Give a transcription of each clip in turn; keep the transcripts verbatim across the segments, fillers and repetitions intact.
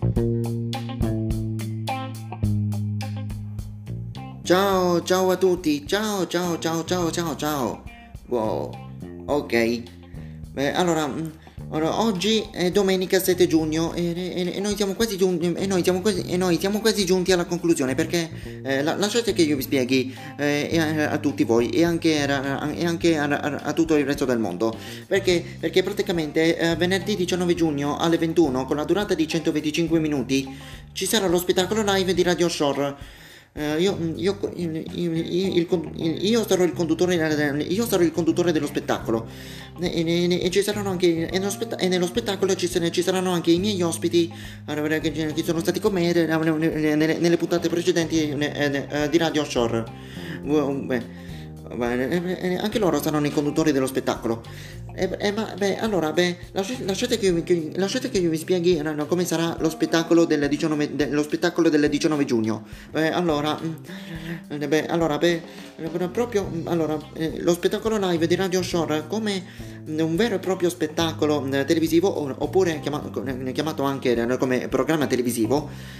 Ciao, ciao a tutti, ciao, ciao, ciao, ciao, ciao, ciao. Wow, ok. Beh, allora, mm, allora, oggi è domenica sette giugno e, e- e noi siamo quasi giunti, e noi siamo quasi, e noi siamo quasi giunti alla conclusione perché eh, la- lasciate che io vi spieghi eh, e a, a tutti voi e anche, a, e anche a, a- a tutto il resto del mondo. Perché, perché praticamente eh, venerdì diciannove giugno alle ventuno con la durata di centoventicinque minuti ci sarà lo spettacolo live di Radio Shore. Eh, io, io, il- il- il- il- io sarò il conduttore, io sarò il conduttore dello spettacolo e, e- e ci saranno anche e nello, spetta- e nello spettacolo ci, sar- ci saranno anche i miei ospiti eh, che, che sono stati con me eh, nelle, nelle puntate precedenti eh, eh, di Radio Shore. Uh, beh, beh, eh, eh, anche loro saranno i conduttori dello spettacolo. Eh, eh, ma beh, allora, beh, lasci- lasciate che, io vi- che- lasciate che io vi spieghi eh, no, come sarà lo spettacolo del diciannove, de- lo spettacolo del diciannove giugno. Beh, allora, mm, eh, beh, allora, beh, eh, proprio, mm, allora, eh, lo spettacolo live di Radio Shore come mm, un vero e proprio spettacolo eh, televisivo, o- oppure chiamato, eh, chiamato anche eh, come programma televisivo.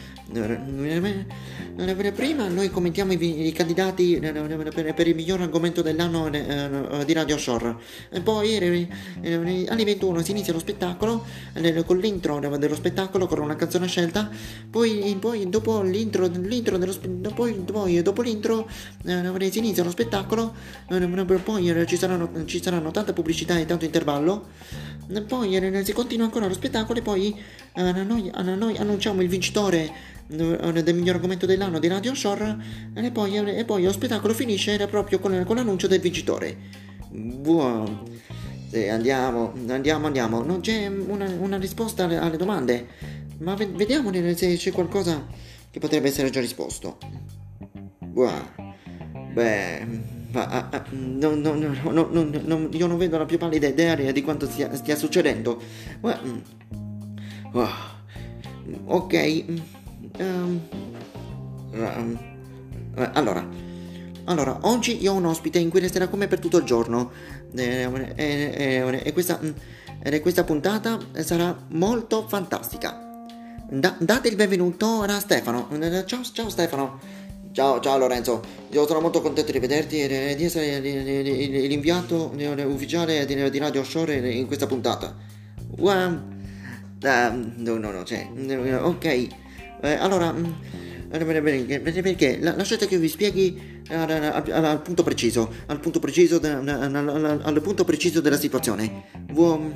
Prima noi commentiamo i, vi- i candidati per, per il miglior argomento dell'anno eh, eh, di Radio Shore. E poi eh, eh, alle ventuno si inizia lo spettacolo eh, con l'intro dello spettacolo con una canzone scelta. Poi, poi dopo l'intro, l'intro dello spe- poi, poi dopo l'intro eh, si inizia lo spettacolo. eh, Poi eh, ci saranno, ci saranno tanta pubblicità e tanto intervallo. eh, Poi eh, si continua ancora lo spettacolo e poi eh, noi, eh, noi annunciamo il vincitore eh, del miglior argomento dell'anno di Radio Shore e poi, e poi lo spettacolo finisce proprio con, con l'annuncio del vincitore. Buono. Sì, andiamo, andiamo, andiamo. Non c'è una, una risposta alle, alle domande, ma ve- vediamo se c'è qualcosa che potrebbe essere già risposto. Buono. Beh, ma, ah, ah, no, no, no, no, no, no, no, io non vedo la più pallida idea di quanto stia, stia succedendo. Beh, mm, oh, ok. mm, ehm, ehm, eh, allora, allora, oggi io ho un ospite in cui resterà con me per tutto il giorno. Eh, eh, eh, e questa, mm, e questa puntata sarà molto fantastica. Da- date il benvenuto a Stefano. Eh, Ciao, ciao Stefano. Ciao, ciao Lorenzo. Io sono molto contento di vederti e di essere l- l- l'inviato eh, ufficiale di di Radio Shore in questa puntata. Wow. Ah, no, no, no, cioè, ok. Eh, allora, mm, eh, perché, perché la- lasciate che io vi spieghi eh, al, al- al punto preciso, al punto preciso, de- al, al- al punto preciso della situazione. Vuo-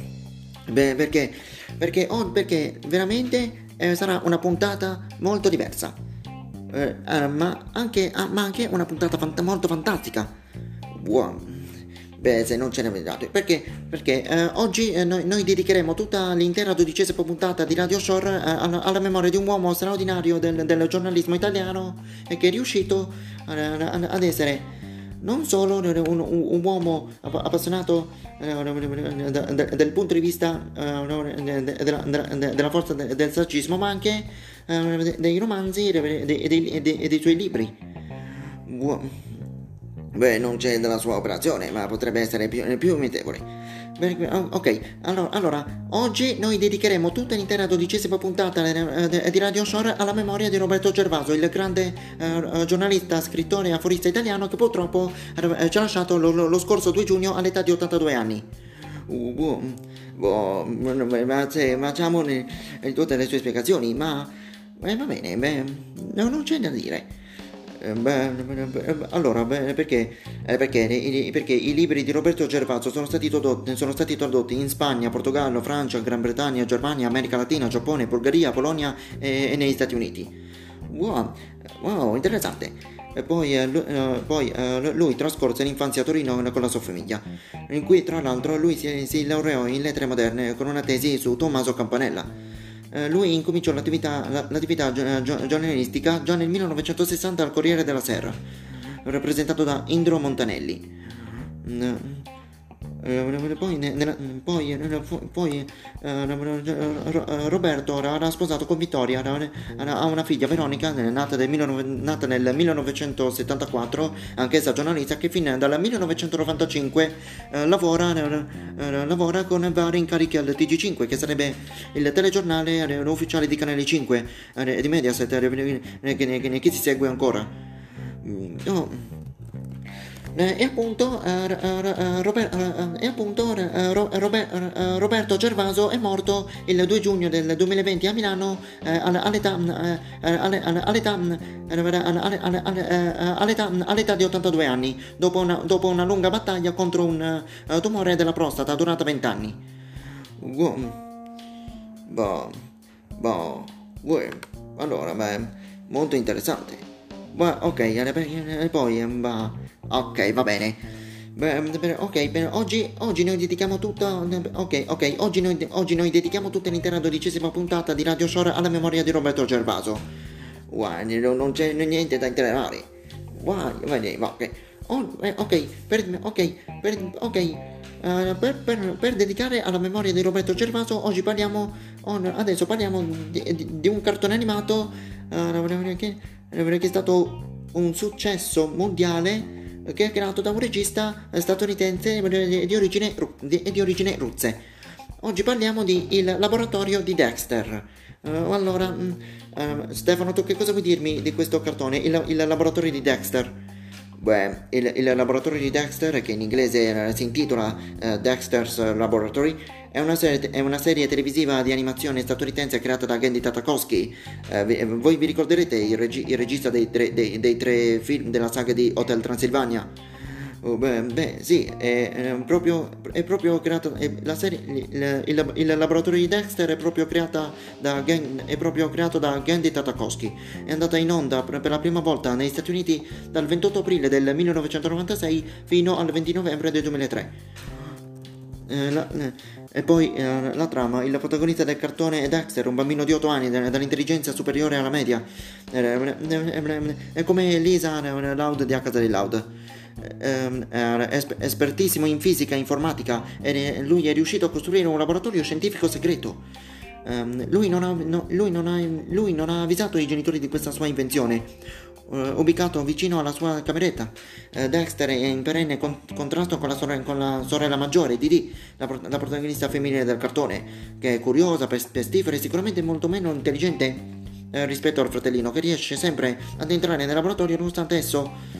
beh, perché, perché, oh, perché veramente eh, sarà una puntata molto diversa. Eh, eh, ma, anche, ah, ma anche una puntata fant- molto fantastica. Buon. Beh, se non ce ne vedete. Perché? Perché eh, oggi eh, noi, noi dedicheremo tutta l'intera dodicesima puntata di Radio Shore eh, alla, alla memoria di un uomo straordinario del, del giornalismo italiano e che è riuscito eh, ad essere non solo un, un- un uomo app- appassionato eh, da- da- dal punto di vista eh, della, della- della forza de- del saggismo, ma anche eh, dei romanzi e dei, dei- dei- dei- dei suoi libri. Buo- Beh, non c'è della sua operazione, ma potrebbe essere più, più amichevole. Beh, oh, ok, allora, allora, oggi noi dedicheremo tutta l'intera dodicesima puntata eh, di Radio Shore alla memoria di Roberto Gervaso, il grande eh, giornalista, scrittore e aforista italiano che purtroppo eh, ci ha lasciato lo, lo- lo scorso due giugno all'età di ottantadue anni. Uh, boh, boh, ma se facciamo le- tutte le sue spiegazioni, ma eh, va bene, beh, no, non c'è da dire. Eh, beh, beh, allora, beh, perché? Eh, perché, i, perché i libri di Roberto Gervaso sono stati, tradotti, sono stati tradotti in Spagna, Portogallo, Francia, Gran Bretagna, Germania, America Latina, Giappone, Bulgaria, Polonia e, e negli Stati Uniti. Wow, wow, interessante. E poi, eh, lu- eh, poi eh, lui trascorse l'infanzia a Torino con la sua famiglia, in cui tra l'altro lui si, si laureò in lettere moderne con una tesi su Tommaso Campanella. Eh, lui incominciò l'attività, la- l'attività gio- gio- giornalistica già nel millenovecentosessanta al Corriere della Sera, rappresentato da Indro Montanelli. Mm, Eh, poi, ne- nella- poi, eh, fu- poi, eh, Ro- Roberto era sposato con Vittoria, era- era- ha una figlia Veronica, eh, nata, del millenovecento nata nel millenovecentosettantaquattro, anch'essa giornalista, che fin dal millenovecentonovantacinque eh, lavora, eh, eh, lavora con vari incarichi al T G cinque, che sarebbe il telegiornale eh, ufficiale di Canale cinque, eh, di Mediaset, eh, che, che, che, che si segue ancora. Mm, oh. Eh, e appunto, eh, eh, Robert- eh, e appunto eh, Ro- Robe- eh, Roberto Gervaso è morto il due giugno del duemilaventi a Milano eh, all- all'età, eh, eh, alle- alle- all'età, eh, alle- alle- alle- alle- eh, all'età, all'età di ottantadue anni, dopo una, dopo una lunga battaglia contro un eh, tumore della prostata durata venti anni. Wow. Boh, boh, uè, allora, beh, molto interessante. Beh, ok, e beh, e poi, eh, bah, ok, va bene. Beh, beh, ok, beh, oggi, oggi noi dedichiamo tutta, ok, ok, oggi noi, oggi noi dedichiamo tutta l'intera dodicesima puntata di Radio Shore alla memoria di Roberto Gervaso. Guardi, non non c'è niente da integrare. Guardi, vedi, va, ok. Oh, eh, ok, per, ok, per, ok, eh, per, per- per dedicare alla memoria di Roberto Gervaso, oggi parliamo, oh, adesso parliamo di, di- di un cartone animato eh, che, che è stato un successo mondiale, eh, che è creato da un regista eh, statunitense di, di origine, ru- di, di origine russe. Oggi parliamo di Il laboratorio di Dexter. Eh, allora, mm, eh, Stefano, tu che cosa vuoi dirmi di questo cartone, il, il laboratorio di Dexter? Beh, il, il laboratorio di Dexter, che in inglese eh, si intitola eh, Dexter's Laboratory, è una, serie, è una serie televisiva di animazione statunitense creata da Genndy Tartakovsky. Eh, vi- voi vi ricorderete il, regi- il regista dei tre, dei, dei tre film della saga di Hotel Transilvania? Oh, beh, beh, sì, è, è proprio, è proprio creato, è la serie, il, il- il laboratorio di Dexter è proprio, creata da, Gen- è proprio creato da Genndy Tartakovsky. È andata in onda per per la prima volta negli Stati Uniti dal ventotto aprile del millenovecentonovantasei fino al venti novembre del duemilatré. Eh, la- eh, e poi eh, la trama, il protagonista del cartone è Dexter, un bambino di otto anni da- dall'intelligenza superiore alla media. Eh, eh, eh, eh, È come Lisa eh, Loud di A casa di Loud. Ehm, era esp- espertissimo in fisica e informatica e lui è riuscito a costruire un laboratorio scientifico segreto. Ehm, lui, non ha, no- lui non ha- lui non ha avvisato i genitori di questa sua invenzione, eh, ubicato vicino alla sua cameretta. Eh, Dexter è in perenne con- contrasto con la, sorella, con la sorella maggiore, Didi, la, pro- la protagonista femminile del cartone, che è curiosa, pes- pestifera e sicuramente molto meno intelligente eh, rispetto al fratellino, che riesce sempre ad entrare nel laboratorio nonostante esso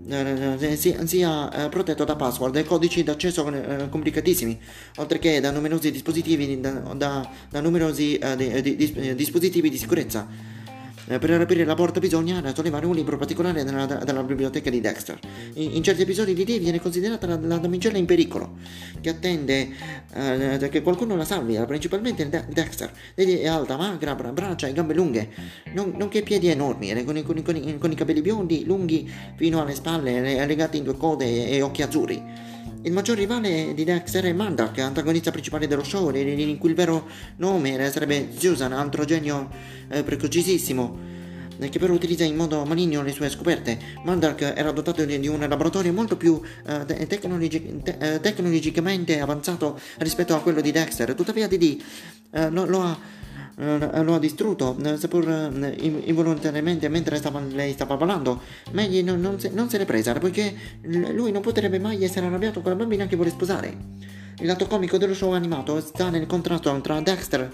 eh, sia, sia, eh, protetto da password e codici d'accesso eh, complicatissimi, oltre che da numerosi dispositivi, da, da- da numerosi eh, di- di- dis- eh, dispositivi di sicurezza. Eh, per aprire la porta bisogna sollevare un libro particolare dalla, dalla biblioteca di Dexter. In, in certi episodi di D viene considerata la, la damigella in pericolo, che attende eh, che qualcuno la salvi, eh, principalmente De- Dexter. Lei è alta, magra, bra- braccia e gambe lunghe, non- nonché piedi enormi, eh, con, i- con i- con i- con i capelli biondi, lunghi fino alle spalle, eh, legati in due code e, e occhi azzurri. Il maggior rivale di Dexter è Mandak, antagonista principale dello show, in cui il vero nome sarebbe Susan, altro genio eh, precocissimo, eh, che però utilizza in modo maligno le sue scoperte. Mandak era dotato di, di un laboratorio molto più eh, te- tecnologi- te- eh, tecnologicamente avanzato rispetto a quello di Dexter, tuttavia D D eh, lo, lo ha eh, lo ha distrutto, eh, seppur eh, in- involontariamente mentre stava- lei stava parlando. Maggie non, non se, non se l'è presa, poiché l- lui non potrebbe mai essere arrabbiato con la bambina che vuole sposare. Il lato comico dello show animato sta nel contrasto tra Dexter,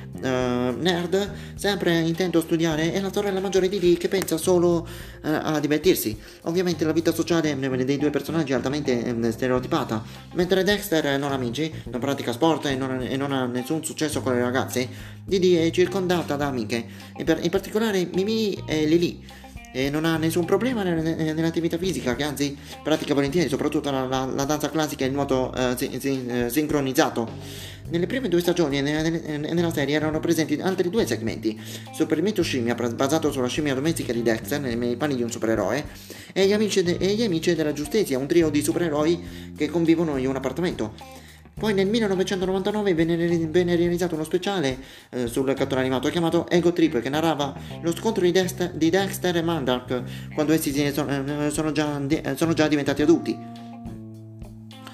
eh, nerd, sempre intento a studiare, e la sorella maggiore di Dee che pensa solo eh, a divertirsi. Ovviamente la vita sociale eh, dei due personaggi è altamente eh, stereotipata. Mentre Dexter non ha amici, non pratica sport e non, e non ha nessun successo con le ragazze, Didi è circondata da amiche, in, per- in particolare Mimi e Lily. E non ha nessun problema nel- nel- nell'attività fisica, che anzi pratica volentieri, soprattutto la, la- la danza classica e il nuoto eh, si- si- eh, sincronizzato. Nelle prime due stagioni nella, nella serie erano presenti altri due segmenti: Super Mito Scimmia, basato sulla scimmia domestica di Dexter nei panni di un supereroe, e gli amici, de- e gli amici della giustizia, un trio di supereroi che convivono in un appartamento. Poi nel millenovecentonovantanove venne, venne realizzato uno speciale eh, sul cartone animato chiamato Ego Trip, che narrava lo scontro di, Dexter, di Dexter e Mandark quando essi si- sono, eh, sono, già, di- eh, sono già diventati adulti.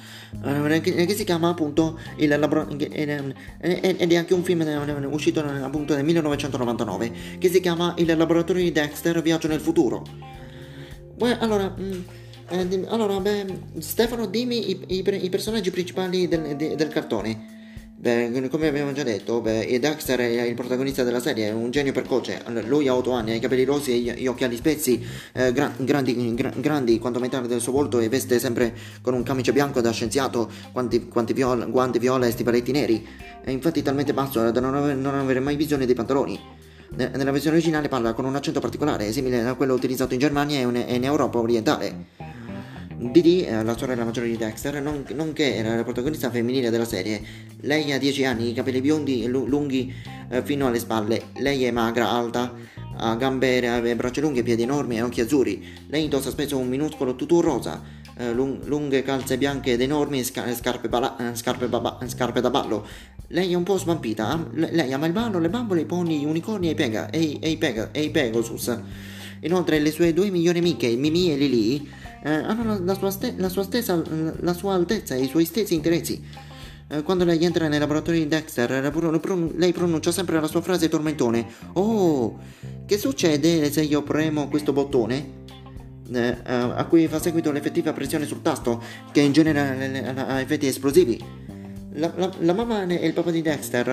eh, che, che si chiama appunto il laboratorio, ed è anche un film eh, uscito appunto nel millenovecentonovantanove, che si chiama Il laboratorio di Dexter, Viaggio nel futuro. Beh, allora, mm, eh, di- allora beh, Stefano, dimmi i, i i personaggi principali del, de- del cartone. Beh, come abbiamo già detto, beh, e Dexter è il protagonista della serie, è un genio precoce. Allora, lui ha otto anni, ha i capelli rossi e gli, gli occhiali spezzi, eh, gra- grandi, gra- grandi quanto metà del suo volto, e veste sempre con un camice bianco da scienziato, guanti, guanti viola, guanti viola e stivaletti neri. È infatti talmente basso da non avere, non avere mai visione dei pantaloni. Ne- Nella versione originale parla con un accento particolare, simile a quello utilizzato in Germania e un- e in Europa orientale. Didi, eh, la sorella maggiore di Dexter, non- nonché era la protagonista femminile della serie. Lei ha dieci anni, i capelli biondi e lu- lunghi eh, fino alle spalle. Lei è magra, alta, ha gambe e braccia lunghe, piedi enormi e occhi azzurri. Lei indossa spesso un minuscolo tutù rosa, eh, lung- lunghe calze bianche ed enormi sca- scarpe, bala- eh, scarpe, baba- scarpe da ballo. Lei è un po' svampita. am- le- lei ama il ballo, le bambole, i pony, gli unicorni e i, pega- e i- e i pega- e i Pegasus. Inoltre le sue due migliori amiche, Mimi e Lily, eh, hanno la, la sua ste- la sua stessa, la sua altezza e i suoi stessi interessi. Eh, quando lei entra nei laboratori di Dexter, la pro- pro- lei pronuncia sempre la sua frase tormentone. Oh, che succede se io premo questo bottone? Eh, eh, a cui fa seguito l'effettiva pressione sul tasto, che in genere eh, ha effetti esplosivi. La, la- la mamma e il papà di Dexter,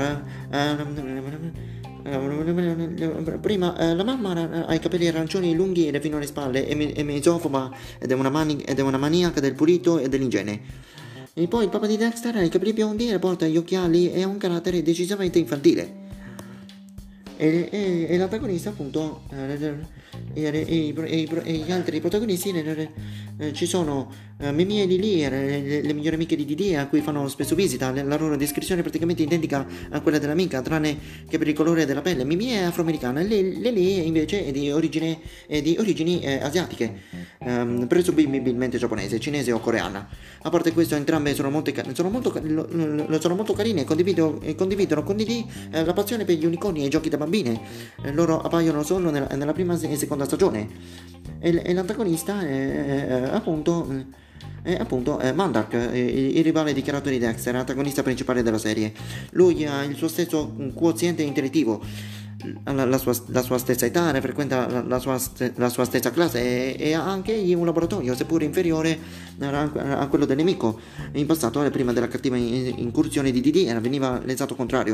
eh, eh, prima, eh, la mamma era- ha i capelli arancioni lunghi e fino alle spalle, è, mi- è misofoba ed è, una mani- ed è una maniaca del pulito e dell'igiene. E poi il papà di Dexter ha i capelli biondi, porta gli occhiali e ha un carattere decisamente infantile. E, e- e l'antagonista appunto eh, e, e- e- e- e gli altri protagonisti eh, eh, ci sono eh, Mimi e Lily, eh, le, le migliori amiche di Didi, a cui fanno spesso visita. Le- la loro descrizione è praticamente identica a quella dell'amica, tranne che per il colore della pelle. Mimi è afroamericana e Le- Lily invece è di, origine, è di origini eh, asiatiche, ehm, presumibilmente giapponese, cinese o coreana. A parte questo, entrambe sono, molte ca- sono, molto, ca- lo- lo- sono molto carine e condivido- e condividono con Didi eh, la passione per gli unicorni e i giochi da bambine. Eh, loro appaiono solo nella, nella prima e seconda stagione. E, l- e l'antagonista è, è, appunto è appunto è Mandark, eh, il, il rivale dichiarato di Dexter, antagonista principale della serie. Lui ha il suo stesso quoziente intellettivo, la, la sua, la sua stessa età, ne frequenta la, la sua, st- la sua stessa classe, e, e ha anche egli un laboratorio, seppur inferiore a, a quello del nemico. In passato, eh, prima della cattiva in- incursione di Didi, era- veniva l'esatto contrario.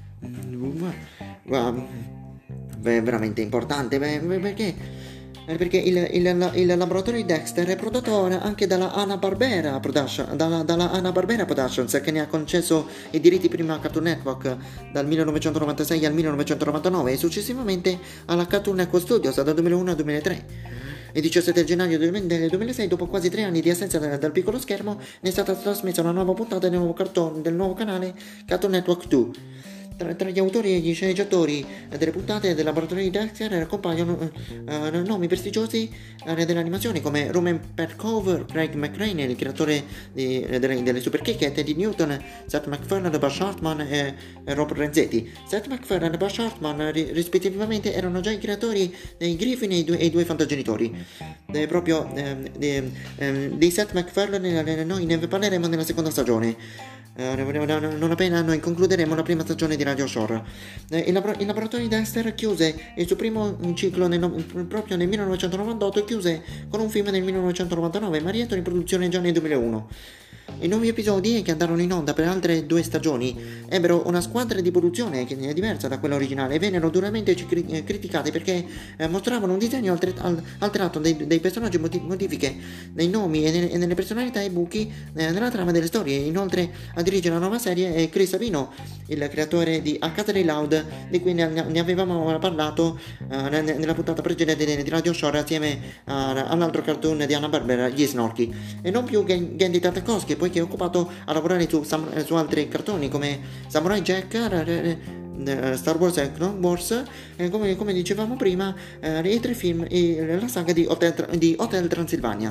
Guarda, beh, veramente importante, beh, beh, perché? Eh, Perché il, il- il laboratorio di Dexter è prodotto anche dalla Hanna-Barbera Production, dalla, dalla Hanna-Barbera Productions, che ne ha concesso i diritti prima a Cartoon Network dal millenovecentonovantasei al millenovecentonovantanove e successivamente alla Cartoon Network Studios dal duemilauno al duemilatré. Il diciassette gennaio del duemilasei, dopo quasi tre anni di assenza dal, dal piccolo schermo, ne è stata trasmessa una nuova puntata del nuovo, cartone, del nuovo canale Cartoon Network due. Tra, tra gli autori e gli sceneggiatori delle puntate del laboratorio di Dexter compaiono eh, eh, nomi prestigiosi eh, dell'animazione come Roman Percover, Craig McCrane, il creatore di- eh, delle, delle Super Kick, e Teddy Newton, Seth MacFarlane, Buzz Hartman e, e Rob Renzetti. Seth MacFarlane e Buzz Hartman ri- rispettivamente erano già i creatori dei Griffin e i due, e i due fantagenitori. Eh, proprio ehm, di, ehm, di Seth MacFarlane eh, noi ne parleremo nella seconda stagione. Eh, non appena noi concluderemo la prima stagione di Radio Shore. Eh, il, labor- il laboratorio di Dexter chiuse il suo primo ciclo nel no- proprio nel millenovecentonovantotto, e chiuse con un film nel millenovecentonovantanove, ma rientrò in produzione già nel duemilauno. I nuovi episodi, che andarono in onda per altre due stagioni, ebbero una squadra di produzione che è diversa da quella originale e vennero duramente cri- eh, criticati perché eh, mostravano un disegno alter- al- alterato dei, dei personaggi, modi- modifiche nei nomi e, ne- e nelle personalità e buchi eh, nella trama delle storie. Inoltre a dirigere la nuova serie è Chris Savino, il creatore di A Casa dei Loud, di cui ne, ne avevamo parlato eh, ne- nella puntata precedente di Radio Shore assieme a- all'altro cartoon di Hanna-Barbera, Gli Snorky, e non più Gen- Genndy Tartakovsky, poiché è occupato a lavorare su, sam- su altri cartoni come Samurai Jack, eh, eh, Star Wars e Clone Wars, eh, come, come dicevamo prima, eh, i tre film e la saga di Hotel, Tra- di Hotel Transilvania.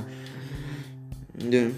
Eh,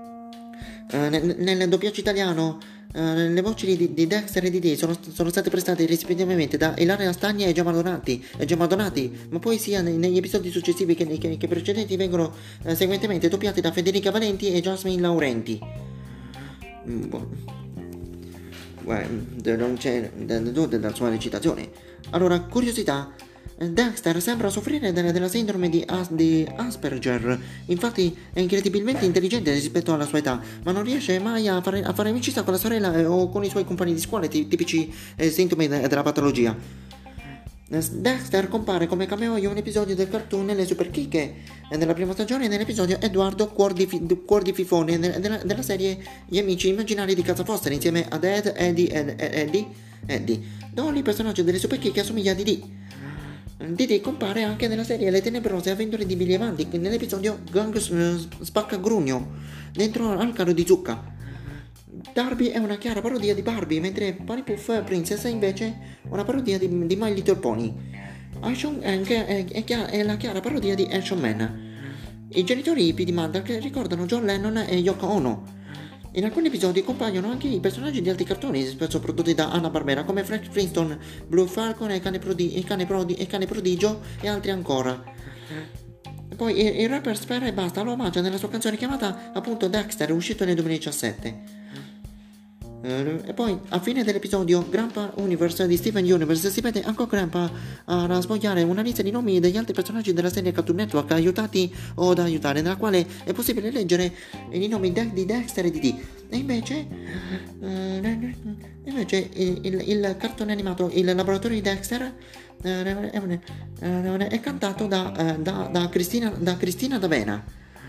nel, nel doppiaggio italiano, eh, le voci di, di Dexter e di Dee sono, sono state prestate rispettivamente da Ilaria Stagna e Gemma Donati, e Gemma Donati, ma poi sia nei- negli episodi successivi che, che, che precedenti vengono eh, seguentemente doppiati da Federica Valenti e Jasmine Laurenti. Mm, boh. Beh, non c'è dubbio della sua recitazione. Allora, curiosità. Dexter sembra soffrire della, della sindrome di, As- di Asperger. Infatti è incredibilmente intelligente rispetto alla sua età, ma non riesce mai a fare, a fare amicizia con la sorella eh, o con i suoi compagni di scuola, ti- tipici eh, sintomi de- della patologia. Dexter compare come cameo in un episodio del cartoon Le Super Chicche eh, nella prima stagione, nell'episodio Edoardo Cuor di, Fi- Cuor di Fifone de- della, della serie Gli amici immaginari di Casa Foster, insieme ad Ed, Eddie ed Eddie, Eddie. Dolly, personaggio delle Super Chicche, assomiglia a Didi. Didi compare anche nella serie Le tenebrose avventure di Billy Avanti, nell'episodio Gang Spaccagrugno, dentro al carro di zucca. Darby è una chiara parodia di Barbie, mentre Pony Puff Princess è invece una parodia di, di My Little Pony. Action è, è, è, è la chiara parodia di Action Man. I genitori hippie di Mandak ricordano John Lennon e Yoko Ono. In alcuni episodi compaiono anche i personaggi di altri cartoni, spesso prodotti da Hanna-Barbera, come Flash Flintstone, Blue Falcon e Cane, Prodi- e Cane, Prodi- e Cane Prodigio e altri ancora. Poi il, il rapper Sfera e Basta lo omaggia nella sua canzone chiamata appunto Dexter, uscito nel duemiladiciassette. E poi, a fine dell'episodio Grandpa Universe di Steven Universe, si vede Uncle Grandpa a sfogliare una lista di nomi degli altri personaggi della serie Cartoon Network aiutati o da aiutare, nella quale è possibile leggere i nomi de- di Dexter e di Dee. E invece, eh, invece il, il, il cartone animato Il laboratorio di Dexter eh, è, è, è cantato da, eh, da, da Cristina da Cristina D'Avena.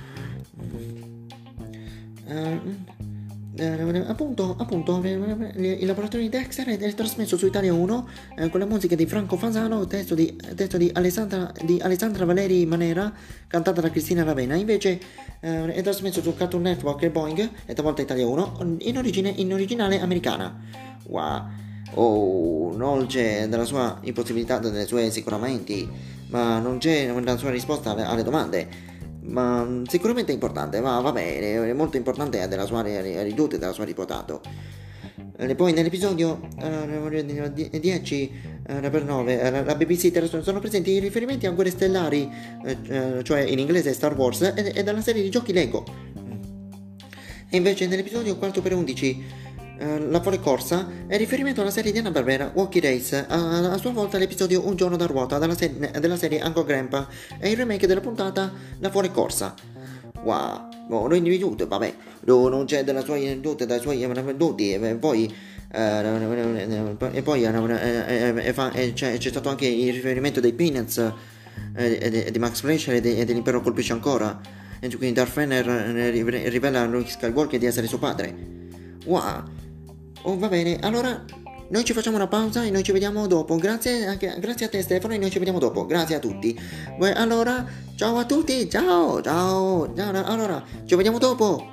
Eh, Eh, appunto, appunto eh, il laboratorio di Dexter è, è trasmesso su Italia uno eh, con la musica di Franco Fasano, testo di, testo di, Alessandra, di Alessandra Valeri Manera, cantata da Cristina Ravena. Invece eh, è trasmesso su Cartoon Network e Boeing, e talvolta Italia uno, in, origine, in originale americana. Wow. Oh, non c'è della sua impossibilità, delle sue sicuramente, ma non c'è la sua risposta alle, alle domande. Ma sicuramente è importante, ma va bene, è molto importante della sua ridotta e della sua riportato. E poi nell'episodio uh, dieci uh, per nove uh, la babysitter sono presenti i riferimenti a guerre stellari, uh, cioè in inglese Star Wars, e, e dalla serie di giochi Lego. E invece nell'episodio quattro per undici Uh, la fuori corsa è riferimento alla serie di Hanna-Barbera Wacky Race, uh, a sua volta l'episodio Un giorno da ruota della, se- della serie Uncle Grandpa e il remake della puntata La fuori corsa. Wow, oh, non individuato, vabbè, no, non c'è della sua tutte dai suoi venduti e poi uh, e poi uh, c'è, c'è stato anche il riferimento dei Peanuts uh, di Max Fleischer e, e dell'Impero colpisce ancora, e quindi Darth Vader rivela a Luke Skywalker di essere suo padre. Wow. Oh, va bene, allora noi ci facciamo una pausa e noi ci vediamo dopo. Grazie, anche, grazie a te Stefano, e noi ci vediamo dopo. Grazie a tutti. Beh, allora, ciao a tutti, ciao, ciao, ciao. Allora, ci vediamo dopo.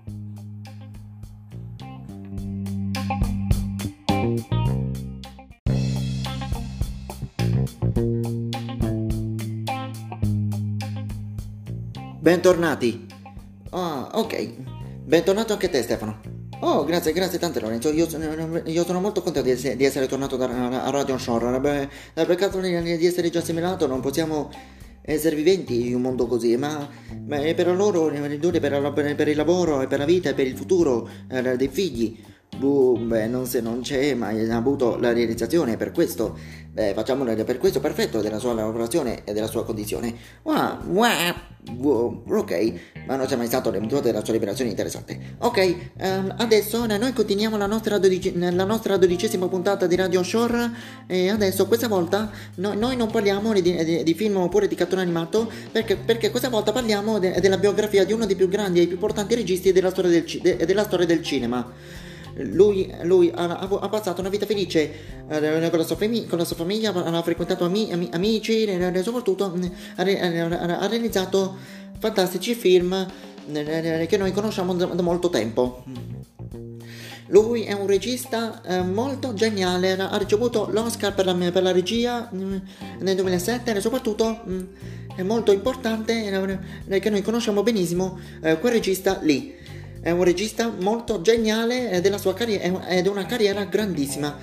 Bentornati. Ah, ok. Bentornato anche te Stefano. Oh, grazie, grazie tante Lorenzo, io sono, io sono molto contento di essere, di essere tornato da, a Radio Shore. Beh, dal peccato di essere già assimilato non possiamo essere viventi in un mondo così, ma, ma è per loro, per, per, per il lavoro e per la vita e per il futuro eh, dei figli. Boom, beh, non se non c'è mai avuto la realizzazione, per questo, beh, facciamo per questo perfetto della sua lavorazione e della sua condizione. Wow, wow, wow, ok, ma non c'è mai stato l'eventuale della sua liberazione interessante. Ok, um, adesso noi continuiamo la nostra, dodici, la nostra dodicesima puntata di Radio Shore, e adesso questa volta no, noi non parliamo di, di, di film oppure di cartone animato, perché, perché questa volta parliamo de, della biografia di uno dei più grandi e più importanti registi della storia del, de, della storia del cinema. Lui, lui ha, ha passato una vita felice eh, con, la sua fami- con la sua famiglia, ha frequentato ami- ami- amici e soprattutto ha, re- ha realizzato fantastici film eh, che noi conosciamo da, da molto tempo. Lui è un regista eh, molto geniale, ha ricevuto l'Oscar per la, per la regia mh, nel duemilasette e soprattutto mh, è molto importante eh, che noi conosciamo benissimo eh, quel regista lì. È un regista molto geniale della sua carriera ed è una carriera grandissima.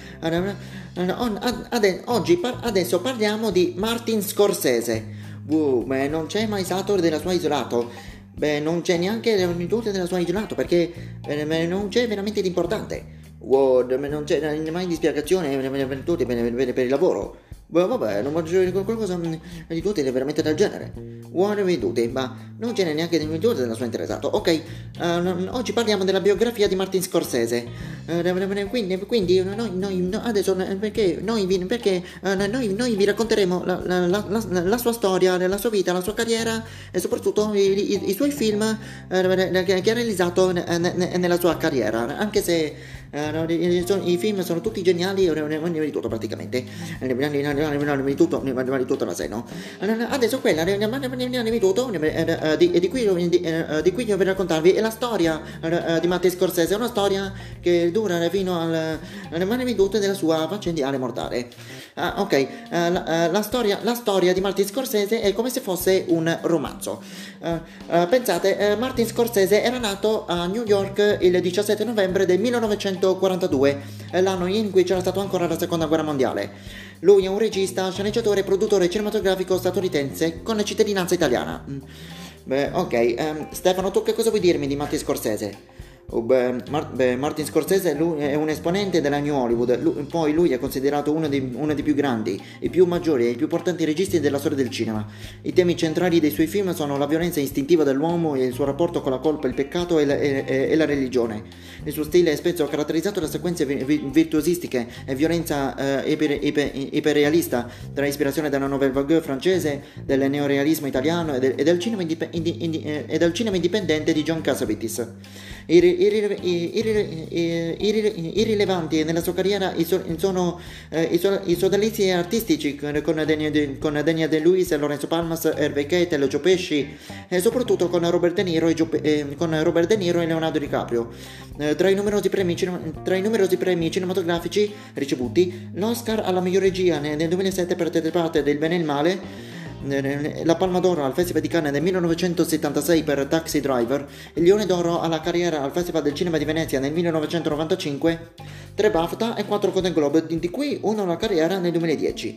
Oggi, adesso parliamo di Martin Scorsese. Uh, non c'è mai stato della sua isolato. Beh, non c'è neanche l'aneddoto della sua gelato perché eh, non c'è veramente di importante. Wow, non c'è mai di spiegazione per tutti per, per, per il lavoro. Beh, vabbè, non mangio qualcosa di tutti veramente del genere. Buone vedute, ma non ce n'è neanche di vedute della sua interessato. Ok, uh, oggi parliamo della biografia di Martin Scorsese. Uh, quindi, quindi noi, noi, adesso perché noi vi, perché, uh, noi, noi vi racconteremo la, la, la, la, la sua storia, la sua vita, la sua carriera e soprattutto i, i, i suoi film uh, che ha realizzato nella sua carriera, anche se Uh, no, i, i, i film sono tutti geniali, ne ne di tutto praticamente, ne ne di tutto, ne di tutto la seno. Adesso quella ne di tutto, di cui di cui io vi raccontarvi è la storia di Martin Scorsese, è una storia che dura fino al ne di tutto della sua faccendiale mortale. Uh, ok, uh, la, uh, la, storia, la storia di Martin Scorsese è come se fosse un romanzo. Uh, uh, pensate, uh, Martin Scorsese era nato a New York il diciassette novembre del millenovecentoquarantadue, l'anno in cui c'era stata ancora la seconda guerra mondiale. Lui è un regista, sceneggiatore e produttore cinematografico statunitense con cittadinanza italiana. Mm. Beh, ok, um, Stefano, tu che cosa vuoi dirmi di Martin Scorsese? Oh, beh, Mar- beh, Martin Scorsese lui è un esponente della New Hollywood, lui, poi lui è considerato uno dei, uno dei più grandi, i più maggiori e i più importanti registi della storia del cinema. I temi centrali dei suoi film sono la violenza istintiva dell'uomo e il suo rapporto con la colpa, il peccato e la, e, e la religione. Il suo stile è spesso caratterizzato da sequenze vi- virtuosistiche e violenza eh, iper, iper, iperrealista, tra ispirazione della nouvelle vague francese, del neorealismo italiano e del, e del cinema, indip- indi- indi- e del cinema indipendente di John Cassavetes. Irrilevanti nella sua carriera sono i sodalizi artistici con Daniel, con Daniel De-Lewis, Lorenzo Palmas, Hervé Keitel, Joe Pesci e soprattutto con Robert De Niro e, Gio, eh, con Robert De Niro e Leonardo DiCaprio. Eh, tra, i numerosi premi, tra i numerosi premi cinematografici ricevuti, l'Oscar alla miglior regia nel duemilasette per Tete Parte del Bene e il Male, la Palma d'Oro al Festival di Cannes nel millenovecentosettantasei per Taxi Driver, il Leone d'Oro alla carriera al Festival del Cinema di Venezia nel millenovecentonovantacinque, tre BAFTA e quattro Golden Globe, di cui uno alla carriera nel duemiladieci.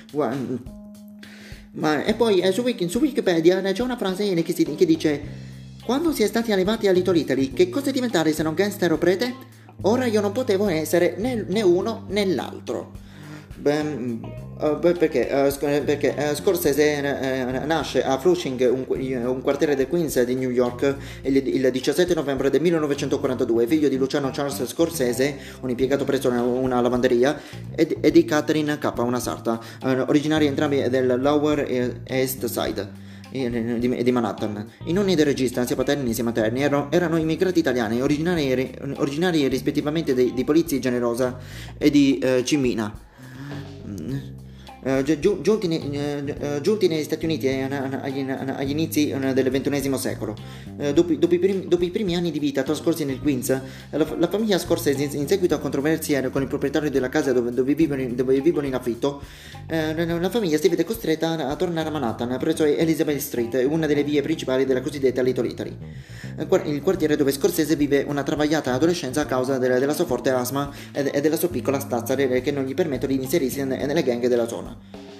Ma, e poi eh, su, Wiki, su Wikipedia c'è una frase che, si, che dice: quando si è stati arrivati a Little Italy, che cosa diventare se non gangster o prete? Ora io non potevo essere né, né uno né l'altro. Beh, uh, perché, uh, perché uh, Scorsese uh, nasce a Flushing, un, un quartiere del Queens di New York, il, il diciassette novembre del millenovecentoquarantadue, figlio di Luciano Charles Scorsese, un impiegato presso una, una lavanderia, e, e di Catherine K, una sarta, uh, originari entrambi del Lower East Side Di, di Manhattan. I nonni del regista, sia paterni sia materni, erano, erano immigrati italiani, originari, originari rispettivamente di, di Polizzi Generosa e di uh, Cimina. Uh, giu, giunti, uh, giunti negli Stati Uniti uh, agli, uh, agli inizi uh, del ventunesimo secolo. Uh, dopo, dopo, i primi, dopo i primi anni di vita trascorsi nel Queens, uh, la, la famiglia Scorsese, in, in seguito a controversie con il proprietario della casa dove, dove, vivono, dove vivono in affitto, uh, la famiglia si vede costretta a tornare a Manhattan, presso Elizabeth Street, una delle vie principali della cosiddetta Little Italy, uh, il quartiere dove Scorsese vive una travagliata adolescenza a causa della, della sua forte asma e, e della sua piccola stazza che non gli permettono di inserirsi nelle gang della zona.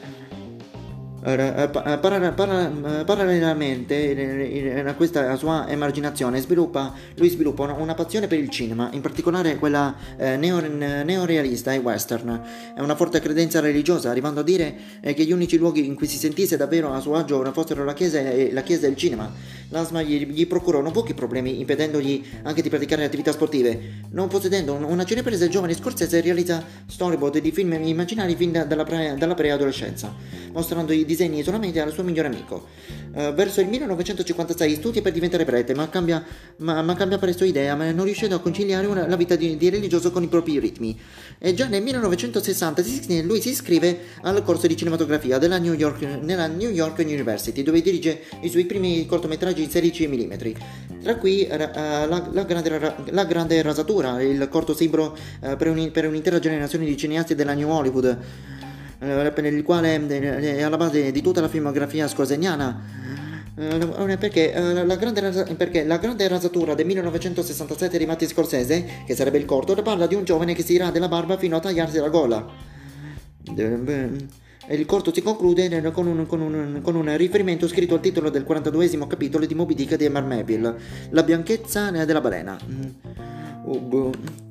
Parallelamente a questa sua emarginazione sviluppa, lui sviluppa una, una passione per il cinema, in particolare quella eh, neo, neorealista e western. È una forte credenza religiosa, arrivando a dire eh, che gli unici luoghi in cui si sentisse davvero a suo agio fossero la chiesa e, la chiesa e il cinema. L'asma gli, gli procurò non pochi problemi, impedendogli anche di praticare attività sportive. Non possedendo una cinepresa, il giovane Scorsese realizza storyboard di film immaginari fin dalla, pre, dalla preadolescenza, mostrando i disegni solamente al suo migliore amico. Uh, verso il millenovecentocinquantasei studia per diventare prete, ma cambia, ma, ma cambia presto idea, ma non riuscendo a conciliare una, la vita di, di religioso con i propri ritmi. E già nel millenovecentosessanta lui si iscrive al corso di cinematografia della New York, nella New York University, dove dirige i suoi primi cortometraggi in sedici millimetri. Tra cui uh, la, la, grande, la grande rasatura, il corto simbolo uh, per, un, per un'intera generazione di cineasti della New Hollywood, per il quale è alla base di tutta la filmografia scorseniana, perché la grande, perché la grande rasatura del millenovecentosessantasette di Martin Scorsese, che sarebbe il corto, parla di un giovane che si rade la barba fino a tagliarsi la gola. Il corto si conclude con un, con, un, con un riferimento scritto al titolo del quarantaduesimo capitolo di Moby Dick di Emer Melville, La bianchezza della balena. Uh, boh.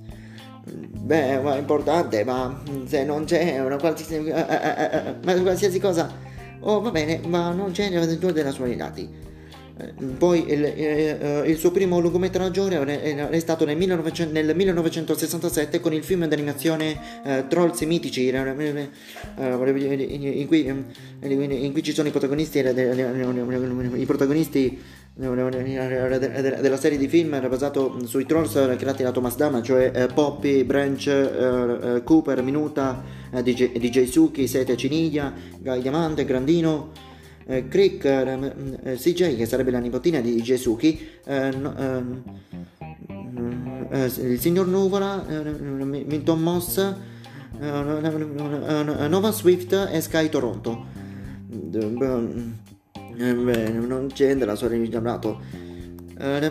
Beh, ma è importante, ma se non c'è una qualsiasi, eh, eh, eh, ma qualsiasi cosa, oh va bene, ma non c'è l'avventura della sua dati. Poi il, eh, il suo primo lungometraggio è, è stato nel, millenovecento, nel millenovecentosessantasette con il film d'animazione eh, Trolls Mitici, eh, in, cui, in cui ci sono i protagonisti, i protagonisti della serie di film era basato sui trolls creati da Thomas Dama, cioè eh, Poppy, Branch, eh, Cooper, Minuta, eh, D J, D J Suki, Sete Ciniglia, Guy Diamante, Grandino. Uh, Crick, uh, uh, C J, che sarebbe la nipotina di Jesuki, uh, uh, uh, il signor Nuvola, uh, Milton Moss, uh, uh, Nova Swift e Sky Toronto. Uh, beh, non c'è della storia di Giannato. Uh,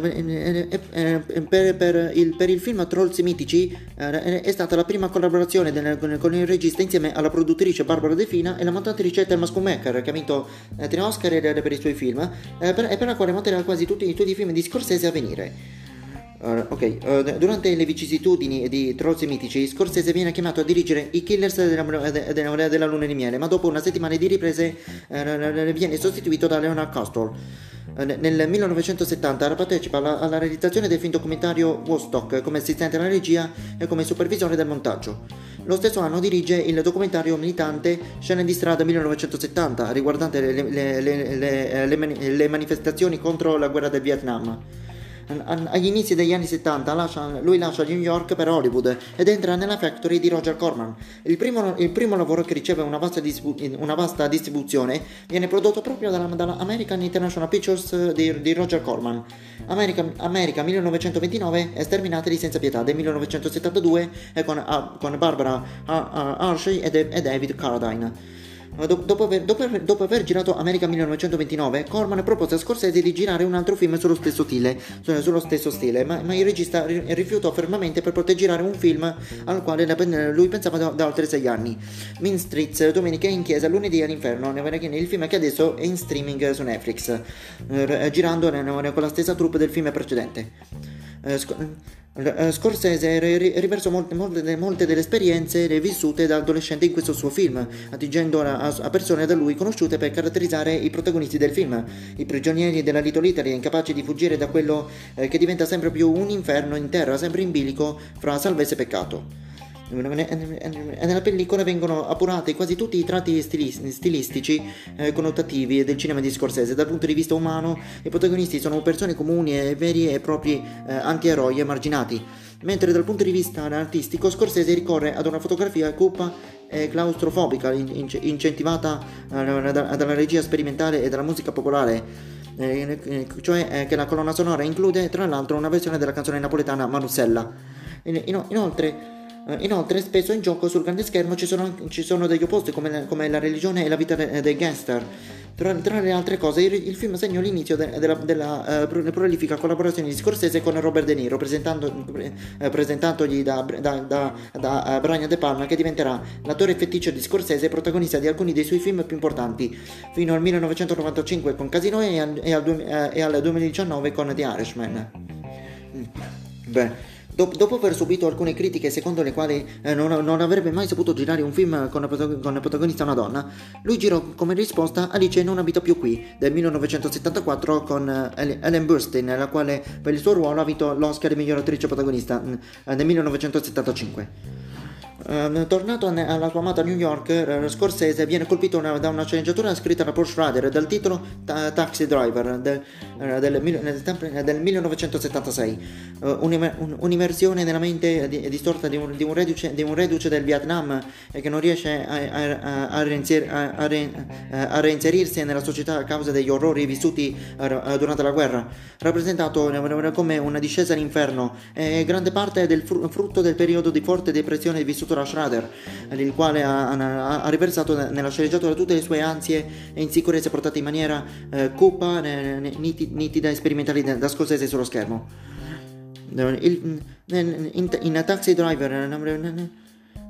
per, per, il, per il film Trolls Mitici uh, è stata la prima collaborazione del, con, con il regista insieme alla produttrice Barbara De Fina e la montatrice Thelma Schumacher, che ha vinto uh, tre Oscar per i suoi film, uh, per, e per la quale monterà quasi tutti, tutti i film di Scorsese a venire. Uh, ok, uh, durante le vicissitudini di Trolls Mitici, Scorsese viene chiamato a dirigere I Killers della, della, della Luna di Miele, ma dopo una settimana di riprese uh, viene sostituito da Leonard Costello. Nel millenovecentosettanta partecipa alla, alla realizzazione del film documentario Woodstock come assistente alla regia e come supervisore del montaggio. Lo stesso anno dirige il documentario militante Scene di strada millenovecentosettanta, riguardante le, le, le, le, le, le manifestazioni contro la guerra del Vietnam. Agli inizi degli anni settanta lascia, lui lascia New York per Hollywood ed entra nella Factory di Roger Corman. Il primo, il primo lavoro che riceve una vasta, distribu- una vasta distribuzione viene prodotto proprio dalla, dalla American International Pictures di, di Roger Corman. America, America millenovecentoventinove è Sterminateli senza pietà del millenovecentosettantadue e con, uh, con Barbara uh, uh, Hershey e, De- e David Carradine. Dopo aver, dopo, aver, dopo aver girato America millenovecentoventinove, Corman propose a Scorsese di girare un altro film sullo stesso stile, sullo stesso stile ma, ma il regista rifiutò fermamente per poter girare un film al quale lui pensava da, da oltre sei anni. Mean Streets, Domenica in chiesa, lunedì all'inferno, il film che adesso è in streaming su Netflix, girando con la stessa troupe del film precedente. Scorsese riversò molte, molte, molte delle esperienze vissute da adolescente in questo suo film, attingendo a, a persone da lui conosciute per caratterizzare i protagonisti del film, i prigionieri della Little Italy, incapaci di fuggire da quello eh, che diventa sempre più un inferno in terra, sempre in bilico fra salvezza e peccato. E nella pellicola vengono appurati quasi tutti i tratti stilistici eh, connotativi del cinema di Scorsese. Dal punto di vista umano, i protagonisti sono persone comuni e veri e propri eh, anti-eroi emarginati, mentre dal punto di vista artistico Scorsese ricorre ad una fotografia cupa e claustrofobica in- incentivata eh, dalla regia sperimentale e dalla musica popolare, eh, cioè eh, che la colonna sonora include tra l'altro una versione della canzone napoletana Manusella. In- in- inoltre Inoltre, spesso in gioco sul grande schermo ci sono, ci sono degli opposti come, come la religione e la vita de, dei gangster. Tra, tra le altre cose, il, il film segnò l'inizio de, della, della uh, prolifica collaborazione di Scorsese con Robert De Niro, presentando, eh, presentandogli da, da, da, da uh, Brian De Palma, che diventerà l'attore feticcio di Scorsese e protagonista di alcuni dei suoi film più importanti, fino al millenovecentonovantacinque con Casino e al, e al, uh, e al duemiladiciannove con The Irishman. Beh. Dopo aver subito alcune critiche secondo le quali eh, non, non avrebbe mai saputo girare un film con la protagonista una donna, lui girò come risposta Alice non abita più qui, del millenovecentosettantaquattro con eh, Ellen Burstyn, la quale per il suo ruolo ha vinto l'Oscar di miglior attrice protagonista eh, nel millenovecentosettantacinque. Uh, tornato alla sua amata New York, uh, Scorsese viene colpito una, da una sceneggiatura scritta da Paul Schrader dal titolo ta- Taxi Driver del, uh, del, del, del millenovecentosettantasei, uh, un, un'immersione nella mente di, distorta di un, di, un reduce, di un reduce del Vietnam eh, che non riesce a, a, a, reinser, a, a, re, a reinserirsi nella società a causa degli orrori vissuti uh, durante la guerra, rappresentato uh, come una discesa all'inferno, è grande parte del fr- frutto del periodo di forte depressione vissuto da Schrader, il quale ha, ha, ha riversato nella sceneggiatura tutte le sue ansie e insicurezze portate in maniera eh, cupa, nitida e sperimentali da Scorsese sullo schermo. Il, in, in Taxi Driver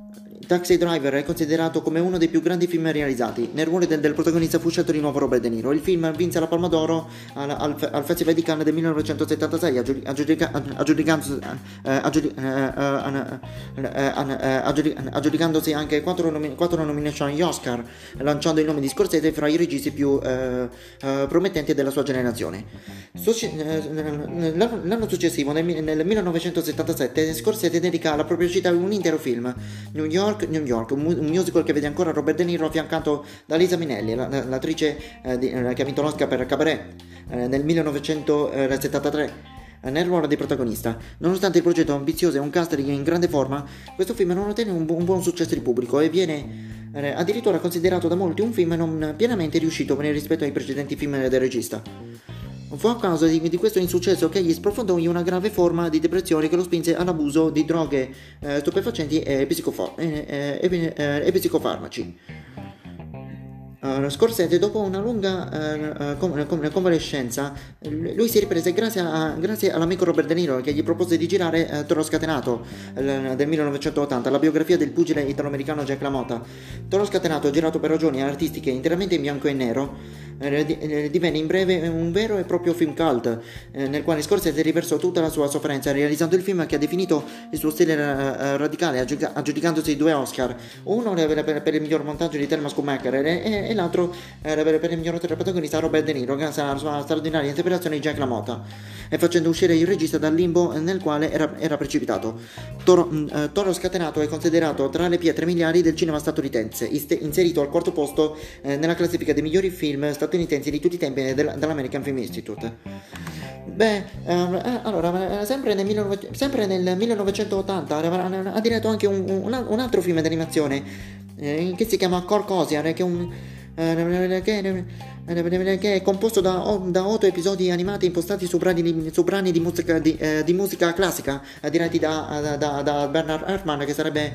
Taxi Driver è considerato come uno dei più grandi film realizzati. Nel ruolo del, del protagonista fu scelto di nuovo Robert De Niro. Il film vinse la Palma d'Oro al, al, al Festival di Cannes del millenovecentosettantasei, aggiudica, aggiudicandosi, eh, aggiudic, eh, eh, eh, aggiudicandosi anche quattro, nomi, quattro nomination agli Oscar, lanciando il nome di Scorsese fra i registi più eh, eh, promettenti della sua generazione. Soci, eh, l'anno successivo, nel, nel millenovecentosettantasette, Scorsese dedica alla propria città un intero film, New York, New York, un, un musical che vede ancora Robert De Niro affiancato da Lisa Minnelli, l'attrice eh, di, eh, che ha vinto l'Oscar per Cabaret eh, nel millenovecentosettantatré. Nel ruolo di protagonista. Nonostante il progetto ambizioso e un cast in grande forma, questo film non ottenne un, bu- un buon successo di pubblico e viene eh, addirittura considerato da molti un film non pienamente riuscito rispetto ai precedenti film del regista. Fu a causa di, di questo insuccesso che egli sprofondò in una grave forma di depressione che lo spinse all'abuso di droghe, eh, stupefacenti e, psicofo- eh, eh, eh, e psicofarmaci. Uh, Scorsese, dopo una lunga uh, con- con- convalescenza, lui si riprese grazie, a, grazie all'amico Robert De Niro, che gli propose di girare uh, Toro Scatenato uh, del millenovecentottanta, la biografia del pugile italo-americano Jack LaMotta. Toro Scatenato, girato per ragioni artistiche interamente in bianco e nero, eh, divenne in breve un vero e proprio film cult, eh, nel quale Scorsese riversò tutta la sua sofferenza, realizzando il film che ha definito il suo stile uh, radicale, aggiudic- aggiudicandosi due Oscar, uno per, per, per il miglior montaggio di Thelma Schumacher e, e, e l'altro eh, per, per il miglior attore protagonista Robert De Niro, grazie alla sua straordinaria interpretazione di Jack LaMotta, e facendo uscire il regista dal limbo nel quale era, era precipitato. Toro, eh, Toro Scatenato è considerato tra le pietre miliari del cinema statunitense, iste, inserito al quarto posto eh, nella classifica dei migliori film statunitensi di tutti i tempi del, dell'American Film Institute. Beh, ehm, eh, allora, eh, sempre, nel millenovecento, sempre nel millenovecentottanta ha diretto anche un, un, un altro film d'animazione eh, che si chiama Corcosiar, che è un Che, che è composto da, da otto episodi animati impostati su brani di, su brani di, musica, di, eh, di musica classica, eh, diretti da, da, da Bernard Herrmann, che sarebbe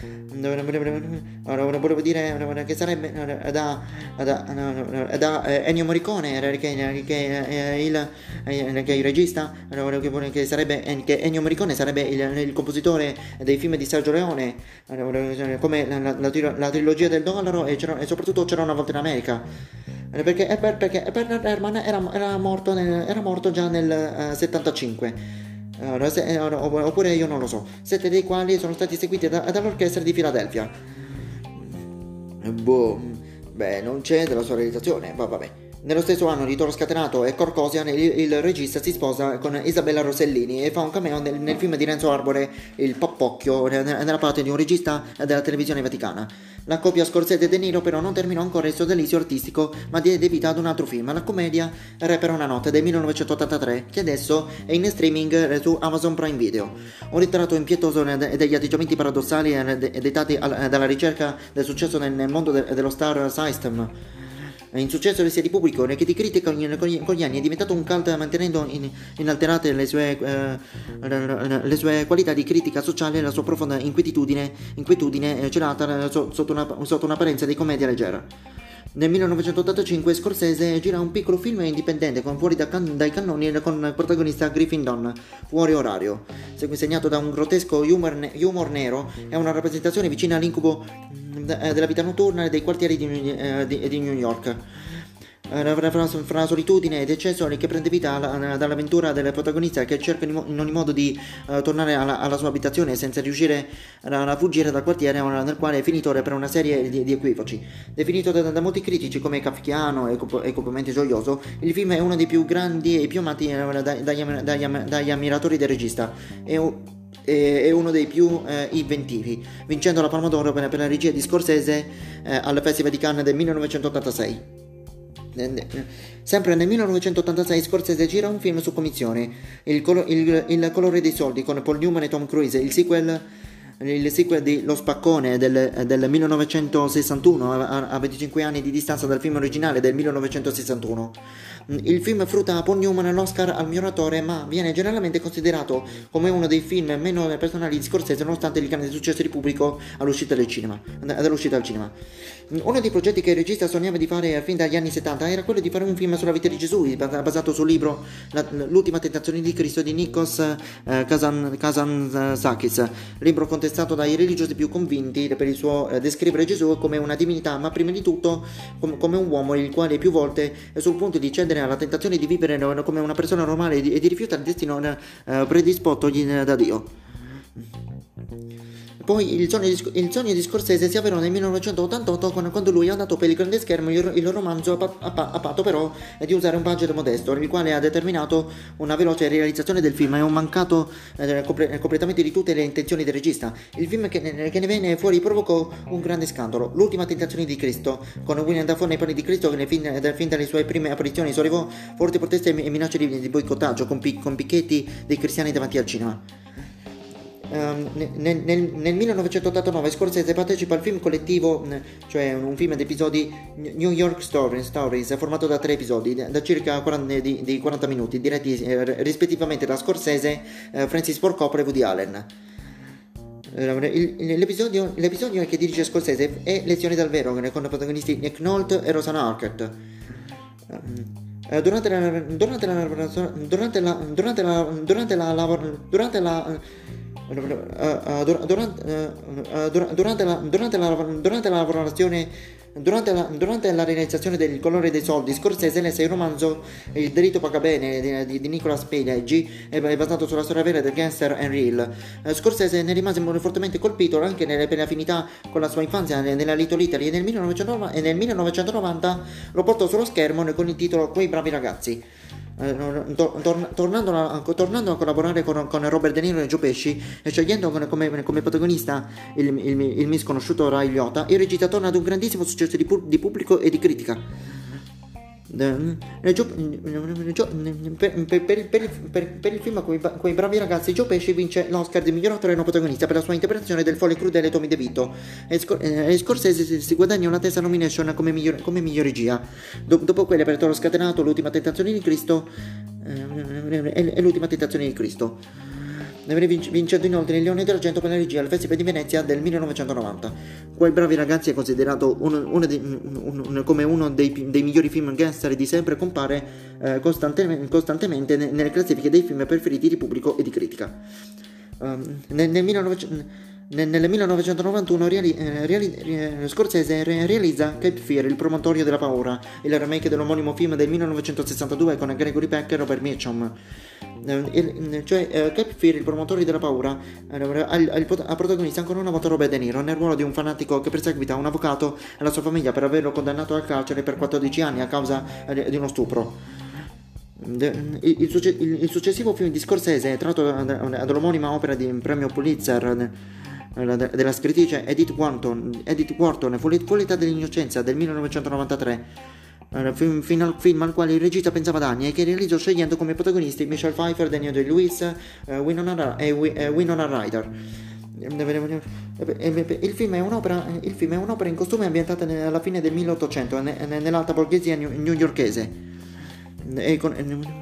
volevo dire che sarebbe da, da, da Ennio Morricone, che, che, il, che il regista, che sarebbe che Ennio Morricone sarebbe il, il compositore dei film di Sergio Leone, come la, la, la, la trilogia del dollaro, e, e soprattutto C'era una volta in America, perché, perché Bernard Herrmann era, era, morto nel, era morto già nel uh, settantacinque. Uh, se, uh, oppure io non lo so, sette dei quali sono stati eseguiti da, dall'orchestra di Filadelfia. Boh, beh, non c'è della sua realizzazione, va vabbè. Nello stesso anno di Toro Scatenato e Corcosian, il, il regista si sposa con Isabella Rossellini e fa un cameo nel, nel film di Renzo Arbore, Il Pappocchio, nella parte di un regista della televisione vaticana. La coppia Scorsese e De Niro però non terminò ancora il suo delizio artistico, ma diede vita ad un altro film, la commedia Re per una notte del millenovecentottantatré, che adesso è in streaming su Amazon Prime Video. Un ritratto impietoso degli atteggiamenti paradossali dettati dalla ricerca del successo nel mondo dello star system. Insuccesso sia di pubblico che di critica con gli anni, è diventato un cult, mantenendo in, inalterate le sue, eh, le sue qualità di critica sociale e la sua profonda inquietudine, inquietudine celata sotto, una, sotto un'apparenza di commedia leggera. Nel millenovecentottantacinque Scorsese gira un piccolo film indipendente con Fuori da can- dai cannoni, con il protagonista Griffin Dunne, Fuori orario, segnato da un grottesco humor, ne- humor nero e una rappresentazione vicina all'incubo della vita notturna dei quartieri di, eh, di, di New York. Fra, fra solitudine ed eccesso che prende vita alla, dall'avventura del protagonista, che cerca in ogni modo di uh, tornare alla, alla sua abitazione senza riuscire a, a fuggire dal quartiere nel quale è finito per una serie di, di equivoci. Definito da, da molti critici come kafkiano e, e copiosamente gioioso, il film è uno dei più grandi e più amati uh, dagli, dagli, dagli ammiratori del regista. È un, è uno dei più eh, inventivi, vincendo la Palma d'Oro per, per la regia di Scorsese eh, al Festival di Cannes del millenovecentottantasei. Sempre nel millenovecentottantasei Scorsese gira un film su commissione, il, colo- il, il colore dei soldi, con Paul Newman e Tom Cruise, il sequel, il sequel di Lo Spaccone del, del millenovecentosessantuno, a, a venticinque anni di distanza dal film originale del millenovecentosessantuno. Il film frutta a Paul Newman l'Oscar al miglior attore, ma viene generalmente considerato come uno dei film meno personali di Scorsese, nonostante il grande successo di pubblico all'uscita del cinema, dall'uscita al cinema. Uno dei progetti che il regista sognava di fare fin dagli anni settanta era quello di fare un film sulla vita di Gesù, basato sul libro la, L'ultima tentazione di Cristo di Nikos eh, Kazan, Kazantzakis, libro contestato dai religiosi più convinti per il suo eh, descrivere Gesù come una divinità, ma prima di tutto com, come un uomo il quale più volte è sul punto di cedere alla tentazione di vivere come una persona normale e di, e di rifiutare il destino eh, predisposto da Dio. Poi il sogno, di, il sogno di Scorsese si avverò nel millenovecentottantotto quando lui ha dato per il grande schermo il, il romanzo a, a, a patto però di usare un budget modesto, il quale ha determinato una veloce realizzazione del film e un mancato eh, compre, completamente di tutte le intenzioni del regista. Il film che ne, che ne venne fuori provocò un grande scandalo, L'ultima tentazione di Cristo, con William Dafoe nei panni di Cristo che fin, fin dalle sue prime apparizioni sollevò forti proteste e minacce di, di boicottaggio con, pic, con picchetti dei cristiani davanti al cinema. Um, nel, nel, nel millenovecentottantanove Scorsese partecipa al film collettivo, cioè un film ad episodi New York Stories, Stories formato da tre episodi da circa quaranta, di, di quaranta minuti, diretti eh, rispettivamente da Scorsese, eh, Francis Ford Coppola e Woody Allen. Il, l'episodio, l'episodio che dirige Scorsese è Lezioni dal vero, con i protagonisti Nick Nolte e Rosanna Arquette. Um, durante la durante la durante la durante la durante la durante la durante, durante la durante la durante la lavorazione durante la, durante la realizzazione del Colore dei soldi Scorsese lesse il romanzo Il delitto paga bene di, di Nicolas Pileggi, è basato sulla storia vera del gangster Henry Hill. Scorsese ne rimase fortemente colpito anche nelle, per le affinità con la sua infanzia nella Little Italy e nel millenovecentonovanta, e nel millenovecentonovanta lo portò sullo schermo con il titolo Quei bravi ragazzi. Uh, tor- tor- tornando, a, tornando a collaborare con, con Robert De Niro e Joe Pesci e scegliendo come, come, come protagonista il, il, il misconosciuto Ray Liotta, il regista torna ad un grandissimo successo di, pu- di pubblico e di critica. Per, per, per, per, per il film quei, quei bravi ragazzi Joe Pesci vince l'Oscar di miglior attore non protagonista per la sua interpretazione del folle crudele Tommy DeVito e, Scor- e Scorsese si, si guadagna una testa nomination come miglior, come miglior regia. Do- dopo quelle per Toro Scatenato, L'ultima tentazione di Cristo eh, e, e L'ultima tentazione di Cristo, vincendo inoltre il Leone d'Argento per la regia al Festival di Venezia del millenovecentonovanta. Quei bravi ragazzi è considerato uno, uno di, un, un, come uno dei, dei migliori film gangster di sempre, compare eh, costantemente, costantemente nelle classifiche dei film preferiti di pubblico e di critica. Um, nel, nel millenovecento Nel, nel millenovecentonovantuno reali, eh, reali, eh, Scorsese re, realizza Cape Fear, il promontorio della paura, il remake dell'omonimo film del millenovecentosessantadue con Gregory Peck e Robert Mitchum. Eh, il, cioè eh, Cape Fear, il promontorio della paura, eh, ha, ha, ha protagonista ancora una volta Robert De Niro nel ruolo di un fanatico che perseguita un avvocato e la sua famiglia per averlo condannato al carcere per quattordici anni a causa eh, di uno stupro. Il, il, succe- il, il successivo film di Scorsese, tratto dall'omonima opera di premio Pulitzer della scrittrice Edith Wharton, Edith Wharton fu l'età dell'innocenza del millenovecentonovantatré, film, film, al, film al quale il regista pensava da anni e che realizzò scegliendo come protagonisti Michelle Pfeiffer, Daniel Day-Lewis uh, Winona, e uh, Winona Ryder. Il film è un'opera, il film è un'opera in costume ambientata alla fine del milleottocento nell'alta borghesia newyorkese e con,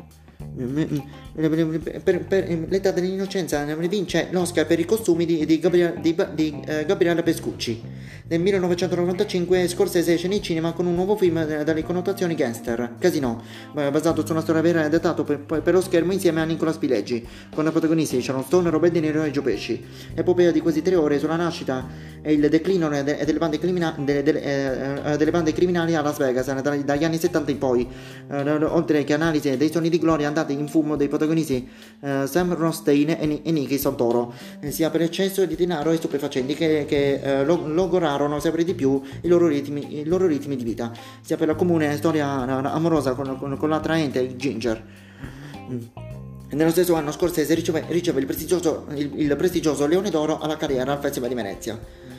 per, per l'età dell'innocenza vince l'Oscar per i costumi di, di, Gabriel, di, di uh, Gabriella Pescucci. Nel millenovecentonovantacinque Scorsese esce nei cinema con un nuovo film dalle connotazioni gangster, Casino, basato su una storia vera e adattato per, per lo schermo insieme a Nicolas Pileggi, con i protagonisti Sharon Stone, Robert De Niro e Joe Pesci. Epopea di quasi tre ore sulla nascita e il declino delle bande, crimina, delle, delle, eh, delle bande criminali a Las Vegas dagli anni settanta in poi, eh, oltre che analisi dei sogni di gloria andati in fumo dei protagonisti eh, Sam Rothstein e, e Nicky Santoro, eh, sia per eccesso di denaro e stupefacenti che, che eh, logorarono sempre di più i loro, ritmi, i loro ritmi di vita, sia per la comune storia amorosa con, con, con l'attraente Ginger. Mm. Nello stesso anno Scorsese riceve, riceve il, prestigioso, il, il prestigioso Leone d'Oro alla carriera al Festival di Venezia.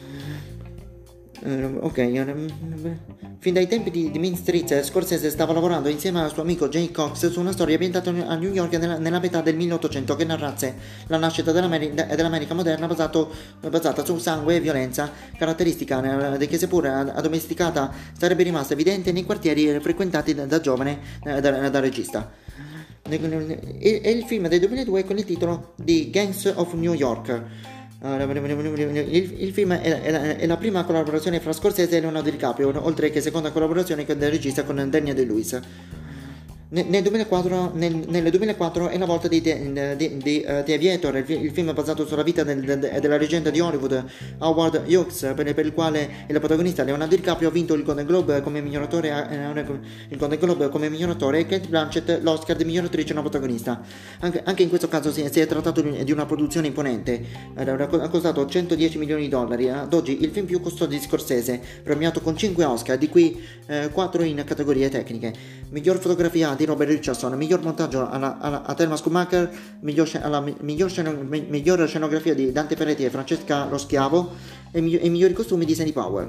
Uh, ok, uh, fin dai tempi di, di Mean Streets Scorsese stava lavorando insieme al suo amico Jay Cox su una storia ambientata a New York nella, nella metà del milleottocento che narrasse la nascita dell'America, dell'America moderna basato, basata su sangue e violenza, caratteristica che seppur addomesticata sarebbe rimasta evidente nei quartieri frequentati da, da giovane da, da, da regista. È il film del duemiladue con il titolo di Gangs of New York. Il, il film è, è, è la prima collaborazione fra Scorsese e Leonardo DiCaprio, oltre che seconda collaborazione del regista con Daniel Day-Lewis. Nel duemilaquattro, nel, nel duemilaquattro è la volta di, di, di, di uh, The Aviator, il, il film basato sulla vita del, del, della leggenda di Hollywood Howard Hughes, per, per il quale il protagonista Leonardo DiCaprio ha vinto il Golden Globe come miglior attore, eh, il Golden Globe come miglior attore e Cate Blanchett l'Oscar di miglior attrice non protagonista. Anche, anche in questo caso si, si è trattato di una produzione imponente, ha costato centodieci milioni di dollari, ad oggi il film più costoso di Scorsese, premiato con cinque Oscar, di cui eh, quattro in categorie tecniche. Miglior fotografia di Robert Richardson, miglior montaggio alla, alla, a Thelma Schumacher, miglior, alla, miglior, sceno, miglior scenografia di Dante Ferretti e Francesca Lo Schiavo e, mi, e migliori costumi di Sandy Powell.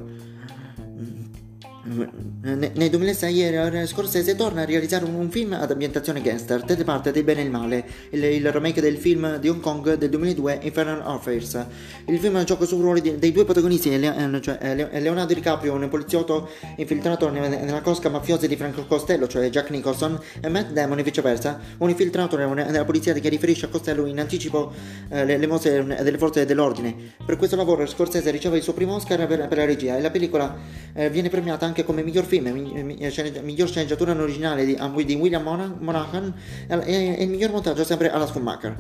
Nel duemilasei Scorsese torna a realizzare un, un film ad ambientazione gangster, Ted parte del bene e il male, il, il remake del film di Hong Kong del duemiladue, Infernal Affairs. Il film gioca sul ruolo dei due protagonisti, cioè Leonardo DiCaprio, un poliziotto infiltrato nella cosca mafiosa di Franco Costello, cioè Jack Nicholson, e Matt Damon e viceversa, un infiltrato nella polizia che riferisce a Costello in anticipo eh, le, le mosse delle forze dell'ordine. Per questo lavoro Scorsese riceve il suo primo Oscar per, per la regia e la pellicola eh, viene premiata anche come miglior film, miglior sceneggiatura non originale di, di William Monahan e il miglior montaggio sempre alla Schumacher.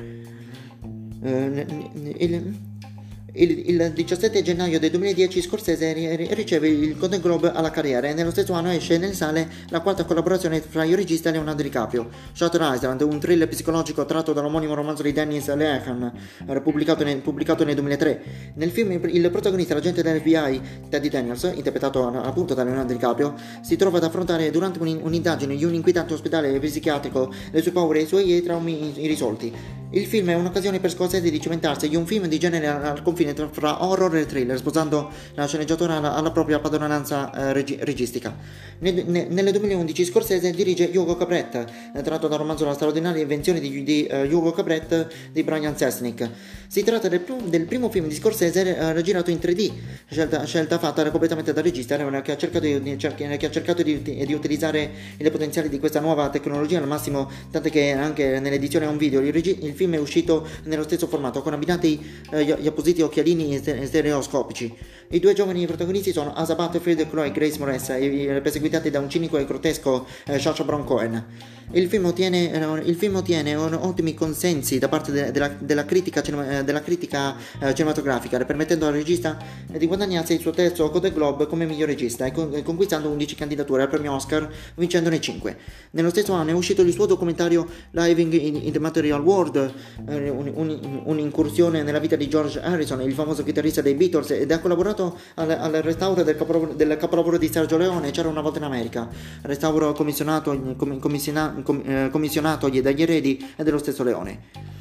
Uh, il, il, il diciassette gennaio del duemiladieci Scorsese riceve il Golden Globe alla carriera e nello stesso anno esce nelle sale la quarta collaborazione fra il regista e Leonardo DiCaprio, Shutter Island, un thriller psicologico tratto dall'omonimo romanzo di Dennis Lehane, pubblicato nel, pubblicato nel duemilatré. Nel film il protagonista, l'agente dell'F B I Teddy Daniels, interpretato appunto da Leonardo DiCaprio, si trova ad affrontare durante un'indagine di un inquietante ospedale psichiatrico le sue paure e i suoi traumi irrisolti. Il film è un'occasione per Scorsese di cimentarsi in un film di genere al confine fra horror e thriller, sposando la sceneggiatura alla, alla propria padronanza eh, regi- registica. Nel, ne, nel duemilaundici Scorsese dirige Hugo Cabret, eh, tratto dal romanzo La straordinaria invenzione di, di uh, Hugo Cabret di Brian Selznick. Si tratta del, del primo film di Scorsese eh, girato in tre D, scelta, scelta fatta completamente dal regista che ha cercato, di, che ha cercato di, di utilizzare il potenziale di questa nuova tecnologia al massimo, tanto che anche nell'edizione a un video il, regi- il film è uscito nello stesso formato, con abbinati eh, gli appositi occhialini stereoscopici. I due giovani protagonisti sono Asa Butterfield e Chloe Grace Moretz, perseguitati da un cinico e grottesco eh, Sacha Baron Cohen. Il film ottiene, eh, il film ottiene ottimi consensi da parte de- della, della critica, cinema- della critica eh, cinematografica, permettendo al regista eh, di guadagnarsi il suo terzo Golden Globe come miglior regista e con- conquistando undici candidature al premio Oscar, vincendone cinque. Nello stesso anno è uscito il suo documentario Living in, in the Material World, eh, un, un, un'incursione nella vita di George Harrison, il famoso chitarrista dei Beatles, ed ha collaborato al, al restauro del capolavoro, del capolavoro di Sergio Leone, C'era una volta in America, restauro commissionato, com, commissiona, com, eh, commissionato dagli eredi e dello stesso Leone.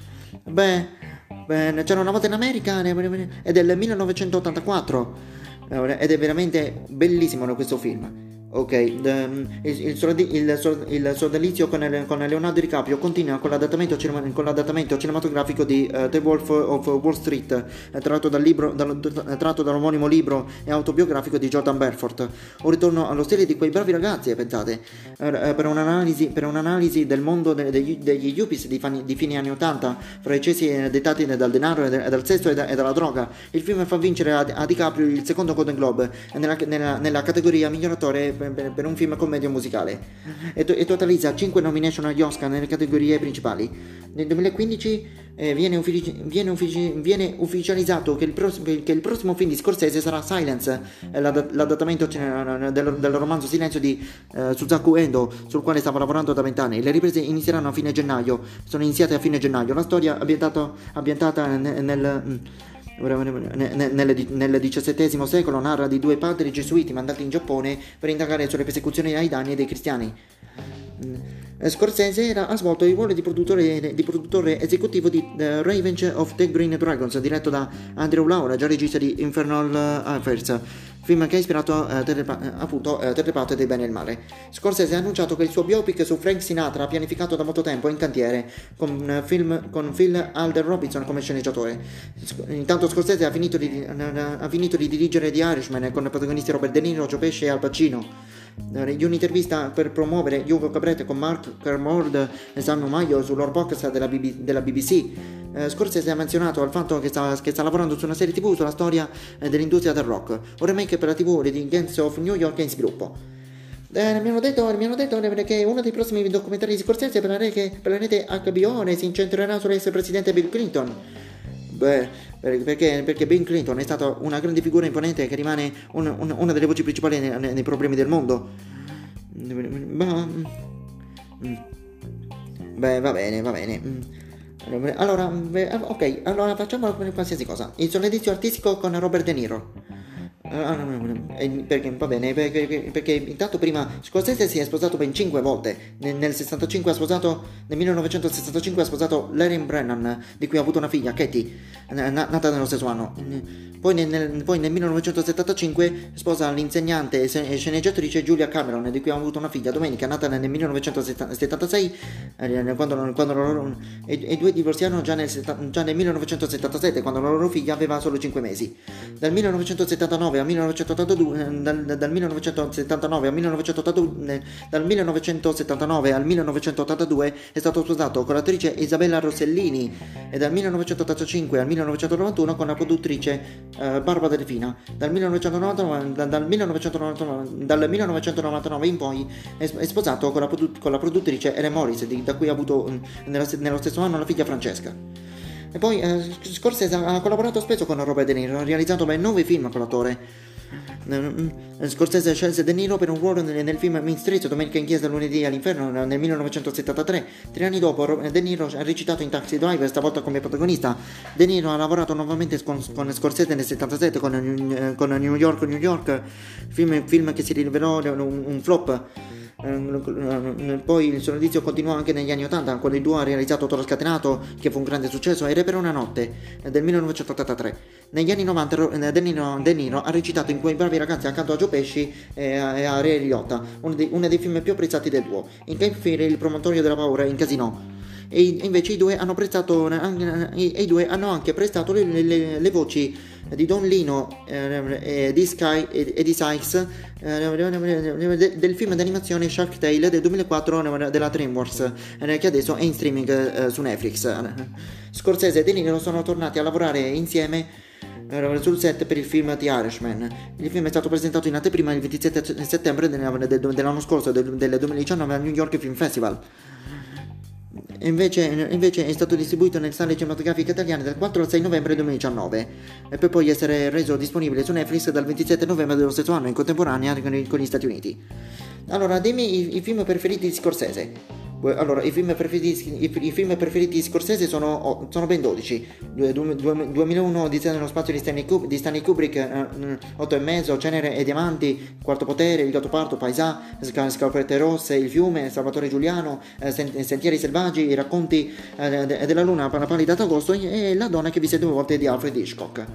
Beh, beh, C'era una volta in America è del millenovecentottantaquattro ed è veramente bellissimo questo film. Ok, the, il, il, il, il sodalizio con, con Leonardo DiCaprio continua con l'adattamento, cinema, con l'adattamento cinematografico di uh, The Wolf of Wall Street, eh, tratto, dal libro, dal, tratto dall'omonimo libro e autobiografico di Jordan Belfort. Un ritorno allo stile di quei bravi ragazzi, pensate, eh, per, un'analisi, per un'analisi del mondo de, degli, degli yuppies di, di fine anni ottanta, fra i cessi dettati dal denaro e, de, e dal sesso e, da, e dalla droga. Il film fa vincere a, a DiCaprio il secondo Golden Globe nella, nella, nella categoria miglior attore Per, per un film commedia musicale e, to- e totalizza cinque nomination agli Oscar nelle categorie principali. Nel duemilaquindici eh, viene, uffici- viene, uffici- viene ufficializzato che il, pros- che il prossimo film di Scorsese sarà Silence, eh, l'ad- l'adattamento eh, del-, del romanzo Silenzio di eh, Suzaku Endo, sul quale stava lavorando da vent'anni. Le riprese inizieranno a fine gennaio, sono iniziate a fine gennaio. La storia ambientata, ambientata nel, nel nel diciassettesimo secolo narra di due padri gesuiti mandati in Giappone per indagare sulle persecuzioni ai danni dei cristiani. Scorsese ha svolto il ruolo di produttore, di produttore esecutivo di The Revenge of the Green Dragons, diretto da Andrew Laura, già regista di Infernal Affairs, film che ha ispirato eh, Terre, appunto eh, Terre Parte del bene e il male. Scorsese ha annunciato che il suo biopic su Frank Sinatra, pianificato da molto tempo, è in cantiere, con, film, con Phil Alden Robinson come sceneggiatore. Intanto Scorsese ha finito di, ha finito di dirigere The Irishman con protagonisti Robert De Niro, Joe Pesci e Al Pacino. In un'intervista per promuovere Hugo Cabret con Mark Kermode e Sam Maio sull'Horror Podcast della, B B, della B B C, eh, Scorsese ha menzionato al fatto che sta, che sta lavorando su una serie tv sulla storia eh, dell'industria del rock, un remake per la tv di Gangs of New York è in sviluppo. Eh, mi hanno detto, mi hanno detto che uno dei prossimi documentari di Scorsese per la rete, per la rete H B O si incentrerà sull'ex presidente Bill Clinton. Beh, perché, perché Bill Clinton è stato una grande figura imponente che rimane un, un, una delle voci principali nei, nei problemi del mondo. Beh, va bene, va bene. Allora, ok, allora facciamo qualsiasi cosa. Il solledizio artistico con Robert De Niro. Perché va bene, perché, perché intanto prima Scorsese si è sposato ben cinque volte. Nel, nel sessantacinque ha sposato, nel millenovecentosessantacinque ha sposato Lorraine Brennan, di cui ha avuto una figlia, Katie, nata nello stesso anno. Poi nel, nel, poi nel millenovecentosettantacinque sposa l'insegnante e sceneggiatrice Julia Cameron, di cui ha avuto una figlia, Domenica, nata nel millenovecentosettantasei, quando, quando loro, e, e i due divorziarono già nel, già nel millenovecentosettantasette, quando la loro figlia aveva solo cinque mesi. Dal millenovecentosettantanove al millenovecentottantadue, dal, dal millenovecentosettantanove al millenovecentottantadue, dal millenovecentosettantanove al millenovecentottantadue è stato sposato con l'attrice Isabella Rossellini e dal millenovecentottantacinque al millenovecentonovantuno con la produttrice eh, Barbara Delfina. Dal millenovecentonovantanove, dal, dal, millenovecentonovantanove, dal millenovecentonovantanove in poi è, è sposato con la, produ- con la produttrice Ellen Morris, di, da cui ha avuto nella, nello stesso anno la figlia Francesca. E poi eh, Scorsese ha collaborato spesso con Robert De Niro, ha realizzato ben nove film con l'attore. Scorsese scelse De Niro per un ruolo nel, nel film Mean Streets, Domenica in chiesa, lunedì all'inferno, nel millenovecentosettantatré. Tre anni dopo De Niro ha recitato in Taxi Driver, stavolta come protagonista. De Niro ha lavorato nuovamente con, con Scorsese nel settantasette con, con New York, New York, film, film che si rivelò un, un flop. Poi il solledizio continuò anche negli anni ottanta, quando il duo ha realizzato Toro Scatenato, che fu un grande successo, e Re per una notte del millenovecentottantatré. Negli anni novanta De Niro, De Niro ha recitato in Quei bravi ragazzi accanto a Joe Pesci e a, e a Ray Liotta, uno dei, uno dei film più apprezzati del duo. In Cape Fear, il promontorio della paura, in Casino. E invece i due hanno prestato e i due hanno anche prestato le, le, le voci di Don Lino, eh, di Sky e, e di Sykes eh, del film d'animazione Shark Tale del duemilaquattro della DreamWorks, eh, che adesso è in streaming eh, su Netflix. Scorsese e De Niro sono tornati a lavorare insieme eh, sul set per il film The Irishman. Il film è stato presentato in anteprima il ventisette settembre dell'anno scorso, del, del duemiladiciannove, al New York Film Festival. Invece, invece è stato distribuito nelle sale cinematografiche italiane dal quattro al sei novembre duemiladiciannove e per poi essere reso disponibile su Netflix dal ventisette novembre dello stesso anno, in contemporanea con, con gli Stati Uniti. Allora, dimmi i, i film preferiti di Scorsese. Allora, i film preferiti, i, i film preferiti di Scorsese sono, oh, sono ben dodici. duemilauno Odissea nello spazio di Stanley, Kubrick, di Stanley Kubrick, eh, otto e mezzo, Cenere e Diamanti, Quarto Potere, Il Gattopardo, Paesà, Scarpette Rosse, Il Fiume, Salvatore Giuliano, eh, Sentieri Selvaggi, I Racconti eh, de, della Luna, la pallida d'agosto e La donna che visse due volte di Alfred Hitchcock.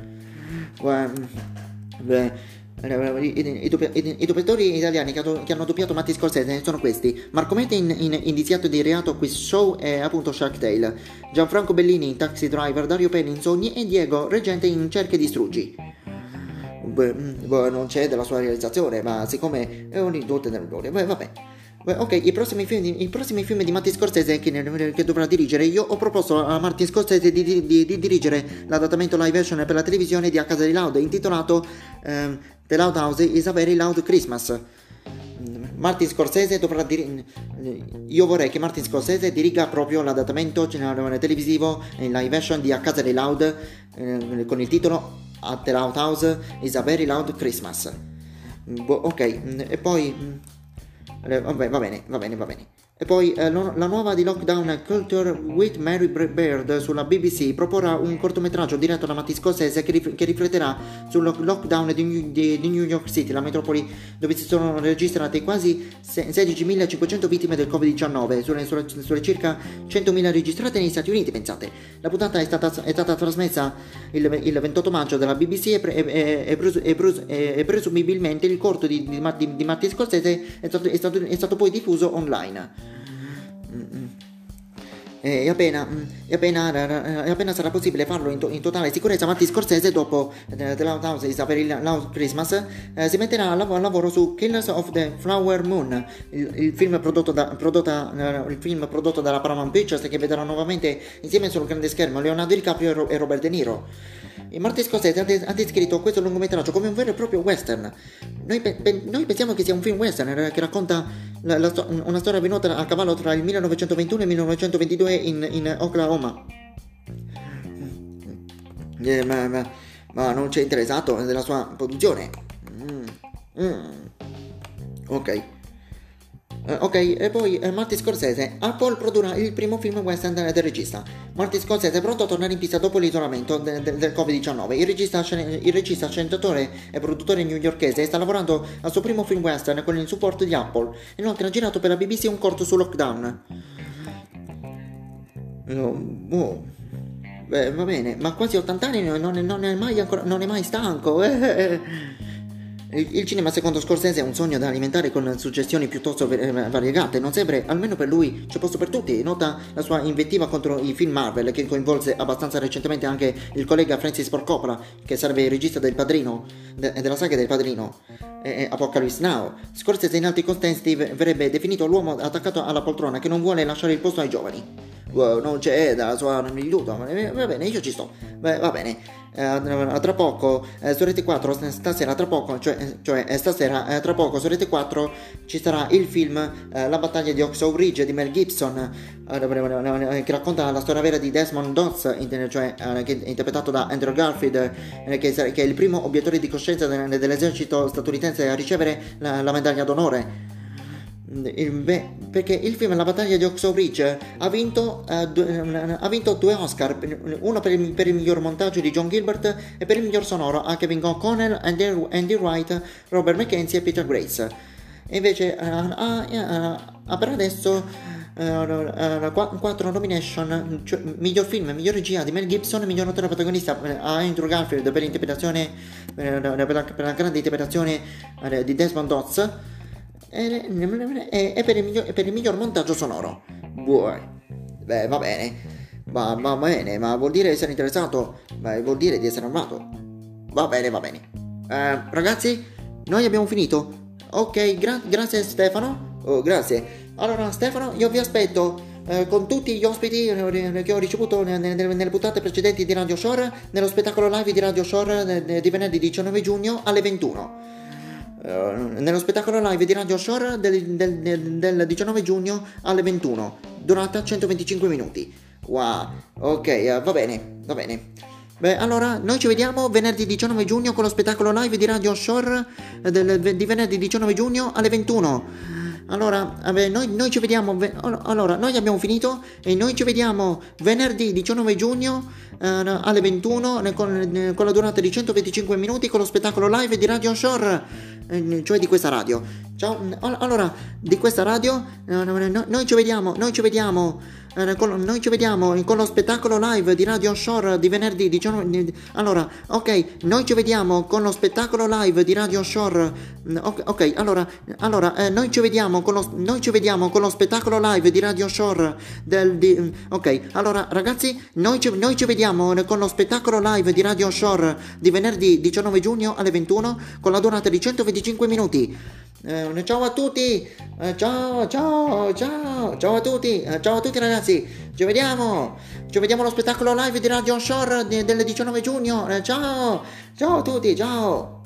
Beh, I, i, i, i doppiatori italiani che, che hanno doppiato Martin Scorsese sono questi: Marco Mete in, in, indiziato di reato Quiz Show e appunto Shark Tale, Gianfranco Bellini in Taxi Driver, Dario Penni in Sogni e Diego Reggente in Cerchi di Struggi. Beh, beh, non c'è della sua realizzazione, ma siccome è un indotto nel gloria, beh vabbè. Beh, ok, i prossimi film di, i prossimi film di Martin Scorsese che, che dovrà dirigere, io ho proposto a Martin Scorsese di, di, di, di dirigere l'adattamento live action per la televisione di A Casa di Loud, intitolato ehm, The Loud House is a Very Loud Christmas. Martin Scorsese dovrà dir- io vorrei che Martin Scorsese diriga proprio l'adattamento televisivo in live action di A Casa di Loud eh, con il titolo At The Loud House is a Very Loud Christmas. Bo- ok, e poi eh, vabbè, va bene, va bene, va bene. E poi eh, lo, la nuova di Lockdown Culture with Mary Bird sulla B B C proporrà un cortometraggio diretto da Martin Scorsese che, rif- che rifletterà sul lockdown di New, di, di New York City, la metropoli dove si sono registrate quasi sedicimilacinquecento vittime del covid diciannove sulle, sulle, sulle circa centomila registrate negli Stati Uniti, pensate. La puntata è stata, è stata trasmessa il, il ventotto maggio dalla B B C e, pre, e, e, pres- e, pres- e presumibilmente il corto di, di, di, di Martin Scorsese è stato, è, stato, è stato poi diffuso online. E appena, e appena, e appena sarà possibile farlo in, to- in totale sicurezza, Martin Scorsese, dopo eh, The Loud Houses per il Loud Christmas, eh, si metterà al lav- al lavoro su Killers of the Flower Moon, il, il, film prodotto da, prodotta, eh, il film prodotto dalla Paramount Pictures, che vedrà nuovamente insieme sul grande schermo Leonardo DiCaprio e, Ro- e Robert De Niro. E Martin Scorsese ha, de- ha descritto questo lungometraggio come un vero e proprio western. Noi, pe- pe- noi pensiamo che sia un film western eh, che racconta la, la sto- una storia avvenuta a cavallo tra il millenovecentoventuno e il millenovecentoventidue in, in Oklahoma. Eh, ma, ma, ma non ci è interessato della sua produzione. Mm. Mm. Ok. Eh, ok, e poi eh, Martin Scorsese. Apple produrrà il primo film western del, del regista. Martin Scorsese è pronto a tornare in pista dopo l'isolamento de, de, del covid diciannove. Il regista, il regista, sceneggiatore e produttore newyorkese sta lavorando al suo primo film western con il supporto di Apple. Inoltre ha girato per la B B C un corto su lockdown. Oh, oh. Beh, va bene, ma quasi ottanta anni non è, non è mai ancora, non è mai stanco. Il, il cinema secondo Scorsese è un sogno da alimentare con suggestioni piuttosto variegate. Non sempre, almeno per lui, c'è posto per tutti. Nota la sua invettiva contro i film Marvel, che coinvolse abbastanza recentemente anche il collega Francis Ford Coppola, che sarebbe il regista del Padrino, de, della saga del Padrino, e, Apocalypse Now. Scorsese in altri contesti verrebbe definito l'uomo attaccato alla poltrona che non vuole lasciare il posto ai giovani. Wow, non c'è da suo aiuto. Va bene, io ci sto. Beh, va bene. Uh, tra poco uh, su Rete quattro stasera tra poco cioè, cioè uh, stasera uh, tra poco su Rete quattro ci sarà il film uh, La battaglia di Oxow Ridge di Mel Gibson, uh, che racconta la storia vera di Desmond Doss, cioè, uh, che è interpretato da Andrew Garfield, uh, che, che è il primo obiettore di coscienza de- dell'esercito statunitense a ricevere la, la medaglia d'onore. Il, beh, perché il film La battaglia di Oxow Ridge ha vinto, uh, due, ha vinto due Oscar, uno per il, per il miglior montaggio di John Gilbert e per il miglior sonoro a Kevin O'Connell, Andy, Andy Wright, Robert McKenzie e Peter Grace. E invece uh, ha, uh, ha per adesso uh, uh, quattro nomination, cioè, miglior film, miglior regia di Mel Gibson, miglior attore protagonista a Andrew Garfield per l'interpretazione uh, per, la, per la grande interpretazione uh, di Desmond Doss, e, e, e, per il miglior, e per il miglior montaggio sonoro. Buoi. Beh, va bene. Va, va bene, ma vuol dire essere interessato? Beh, vuol dire di essere amato. Va bene, va bene. Eh, ragazzi, noi abbiamo finito. Ok, gra- grazie Stefano. Oh, grazie. Allora, Stefano, io vi aspetto eh, con tutti gli ospiti che ho ricevuto nelle, nelle puntate precedenti di Radio Shore, nello spettacolo live di Radio Shore di venerdì diciannove giugno alle ventuno. Uh, nello spettacolo live di Radio Shore del, del, del, del diciannove giugno alle ventuno, durata centoventicinque minuti. Wow, ok, uh, va bene, va bene. Beh, allora noi ci vediamo venerdì diciannove giugno con lo spettacolo live di Radio Shore del, di venerdì diciannove giugno alle ventuno. Allora, vabbè, noi, noi ci vediamo. Allora, noi abbiamo finito e noi ci vediamo venerdì diciannove giugno eh, alle ventuno con, con la durata di centoventicinque minuti con lo spettacolo live di Radio Shore, eh, cioè di questa radio. Ciao. Allora, di questa radio eh, noi ci vediamo, noi ci vediamo. Eh, con, noi ci vediamo con lo spettacolo live di Radio Shore di venerdì diciannove. Allora, ok, noi ci vediamo con lo spettacolo live di Radio Shore. Ok, okay allora, allora eh, noi ci vediamo con lo noi ci vediamo con lo spettacolo live di Radio Shore del di, ok, allora ragazzi, noi ci, noi ci vediamo con lo spettacolo live di Radio Shore di venerdì diciannove giugno alle ventuno con la durata di centoventicinque minuti. Eh, ciao a tutti, eh, ciao ciao ciao ciao a tutti, eh, ciao a tutti ragazzi, ci vediamo, ci vediamo allo spettacolo live di Radio Shore del diciannove giugno, eh, ciao ciao a tutti, ciao.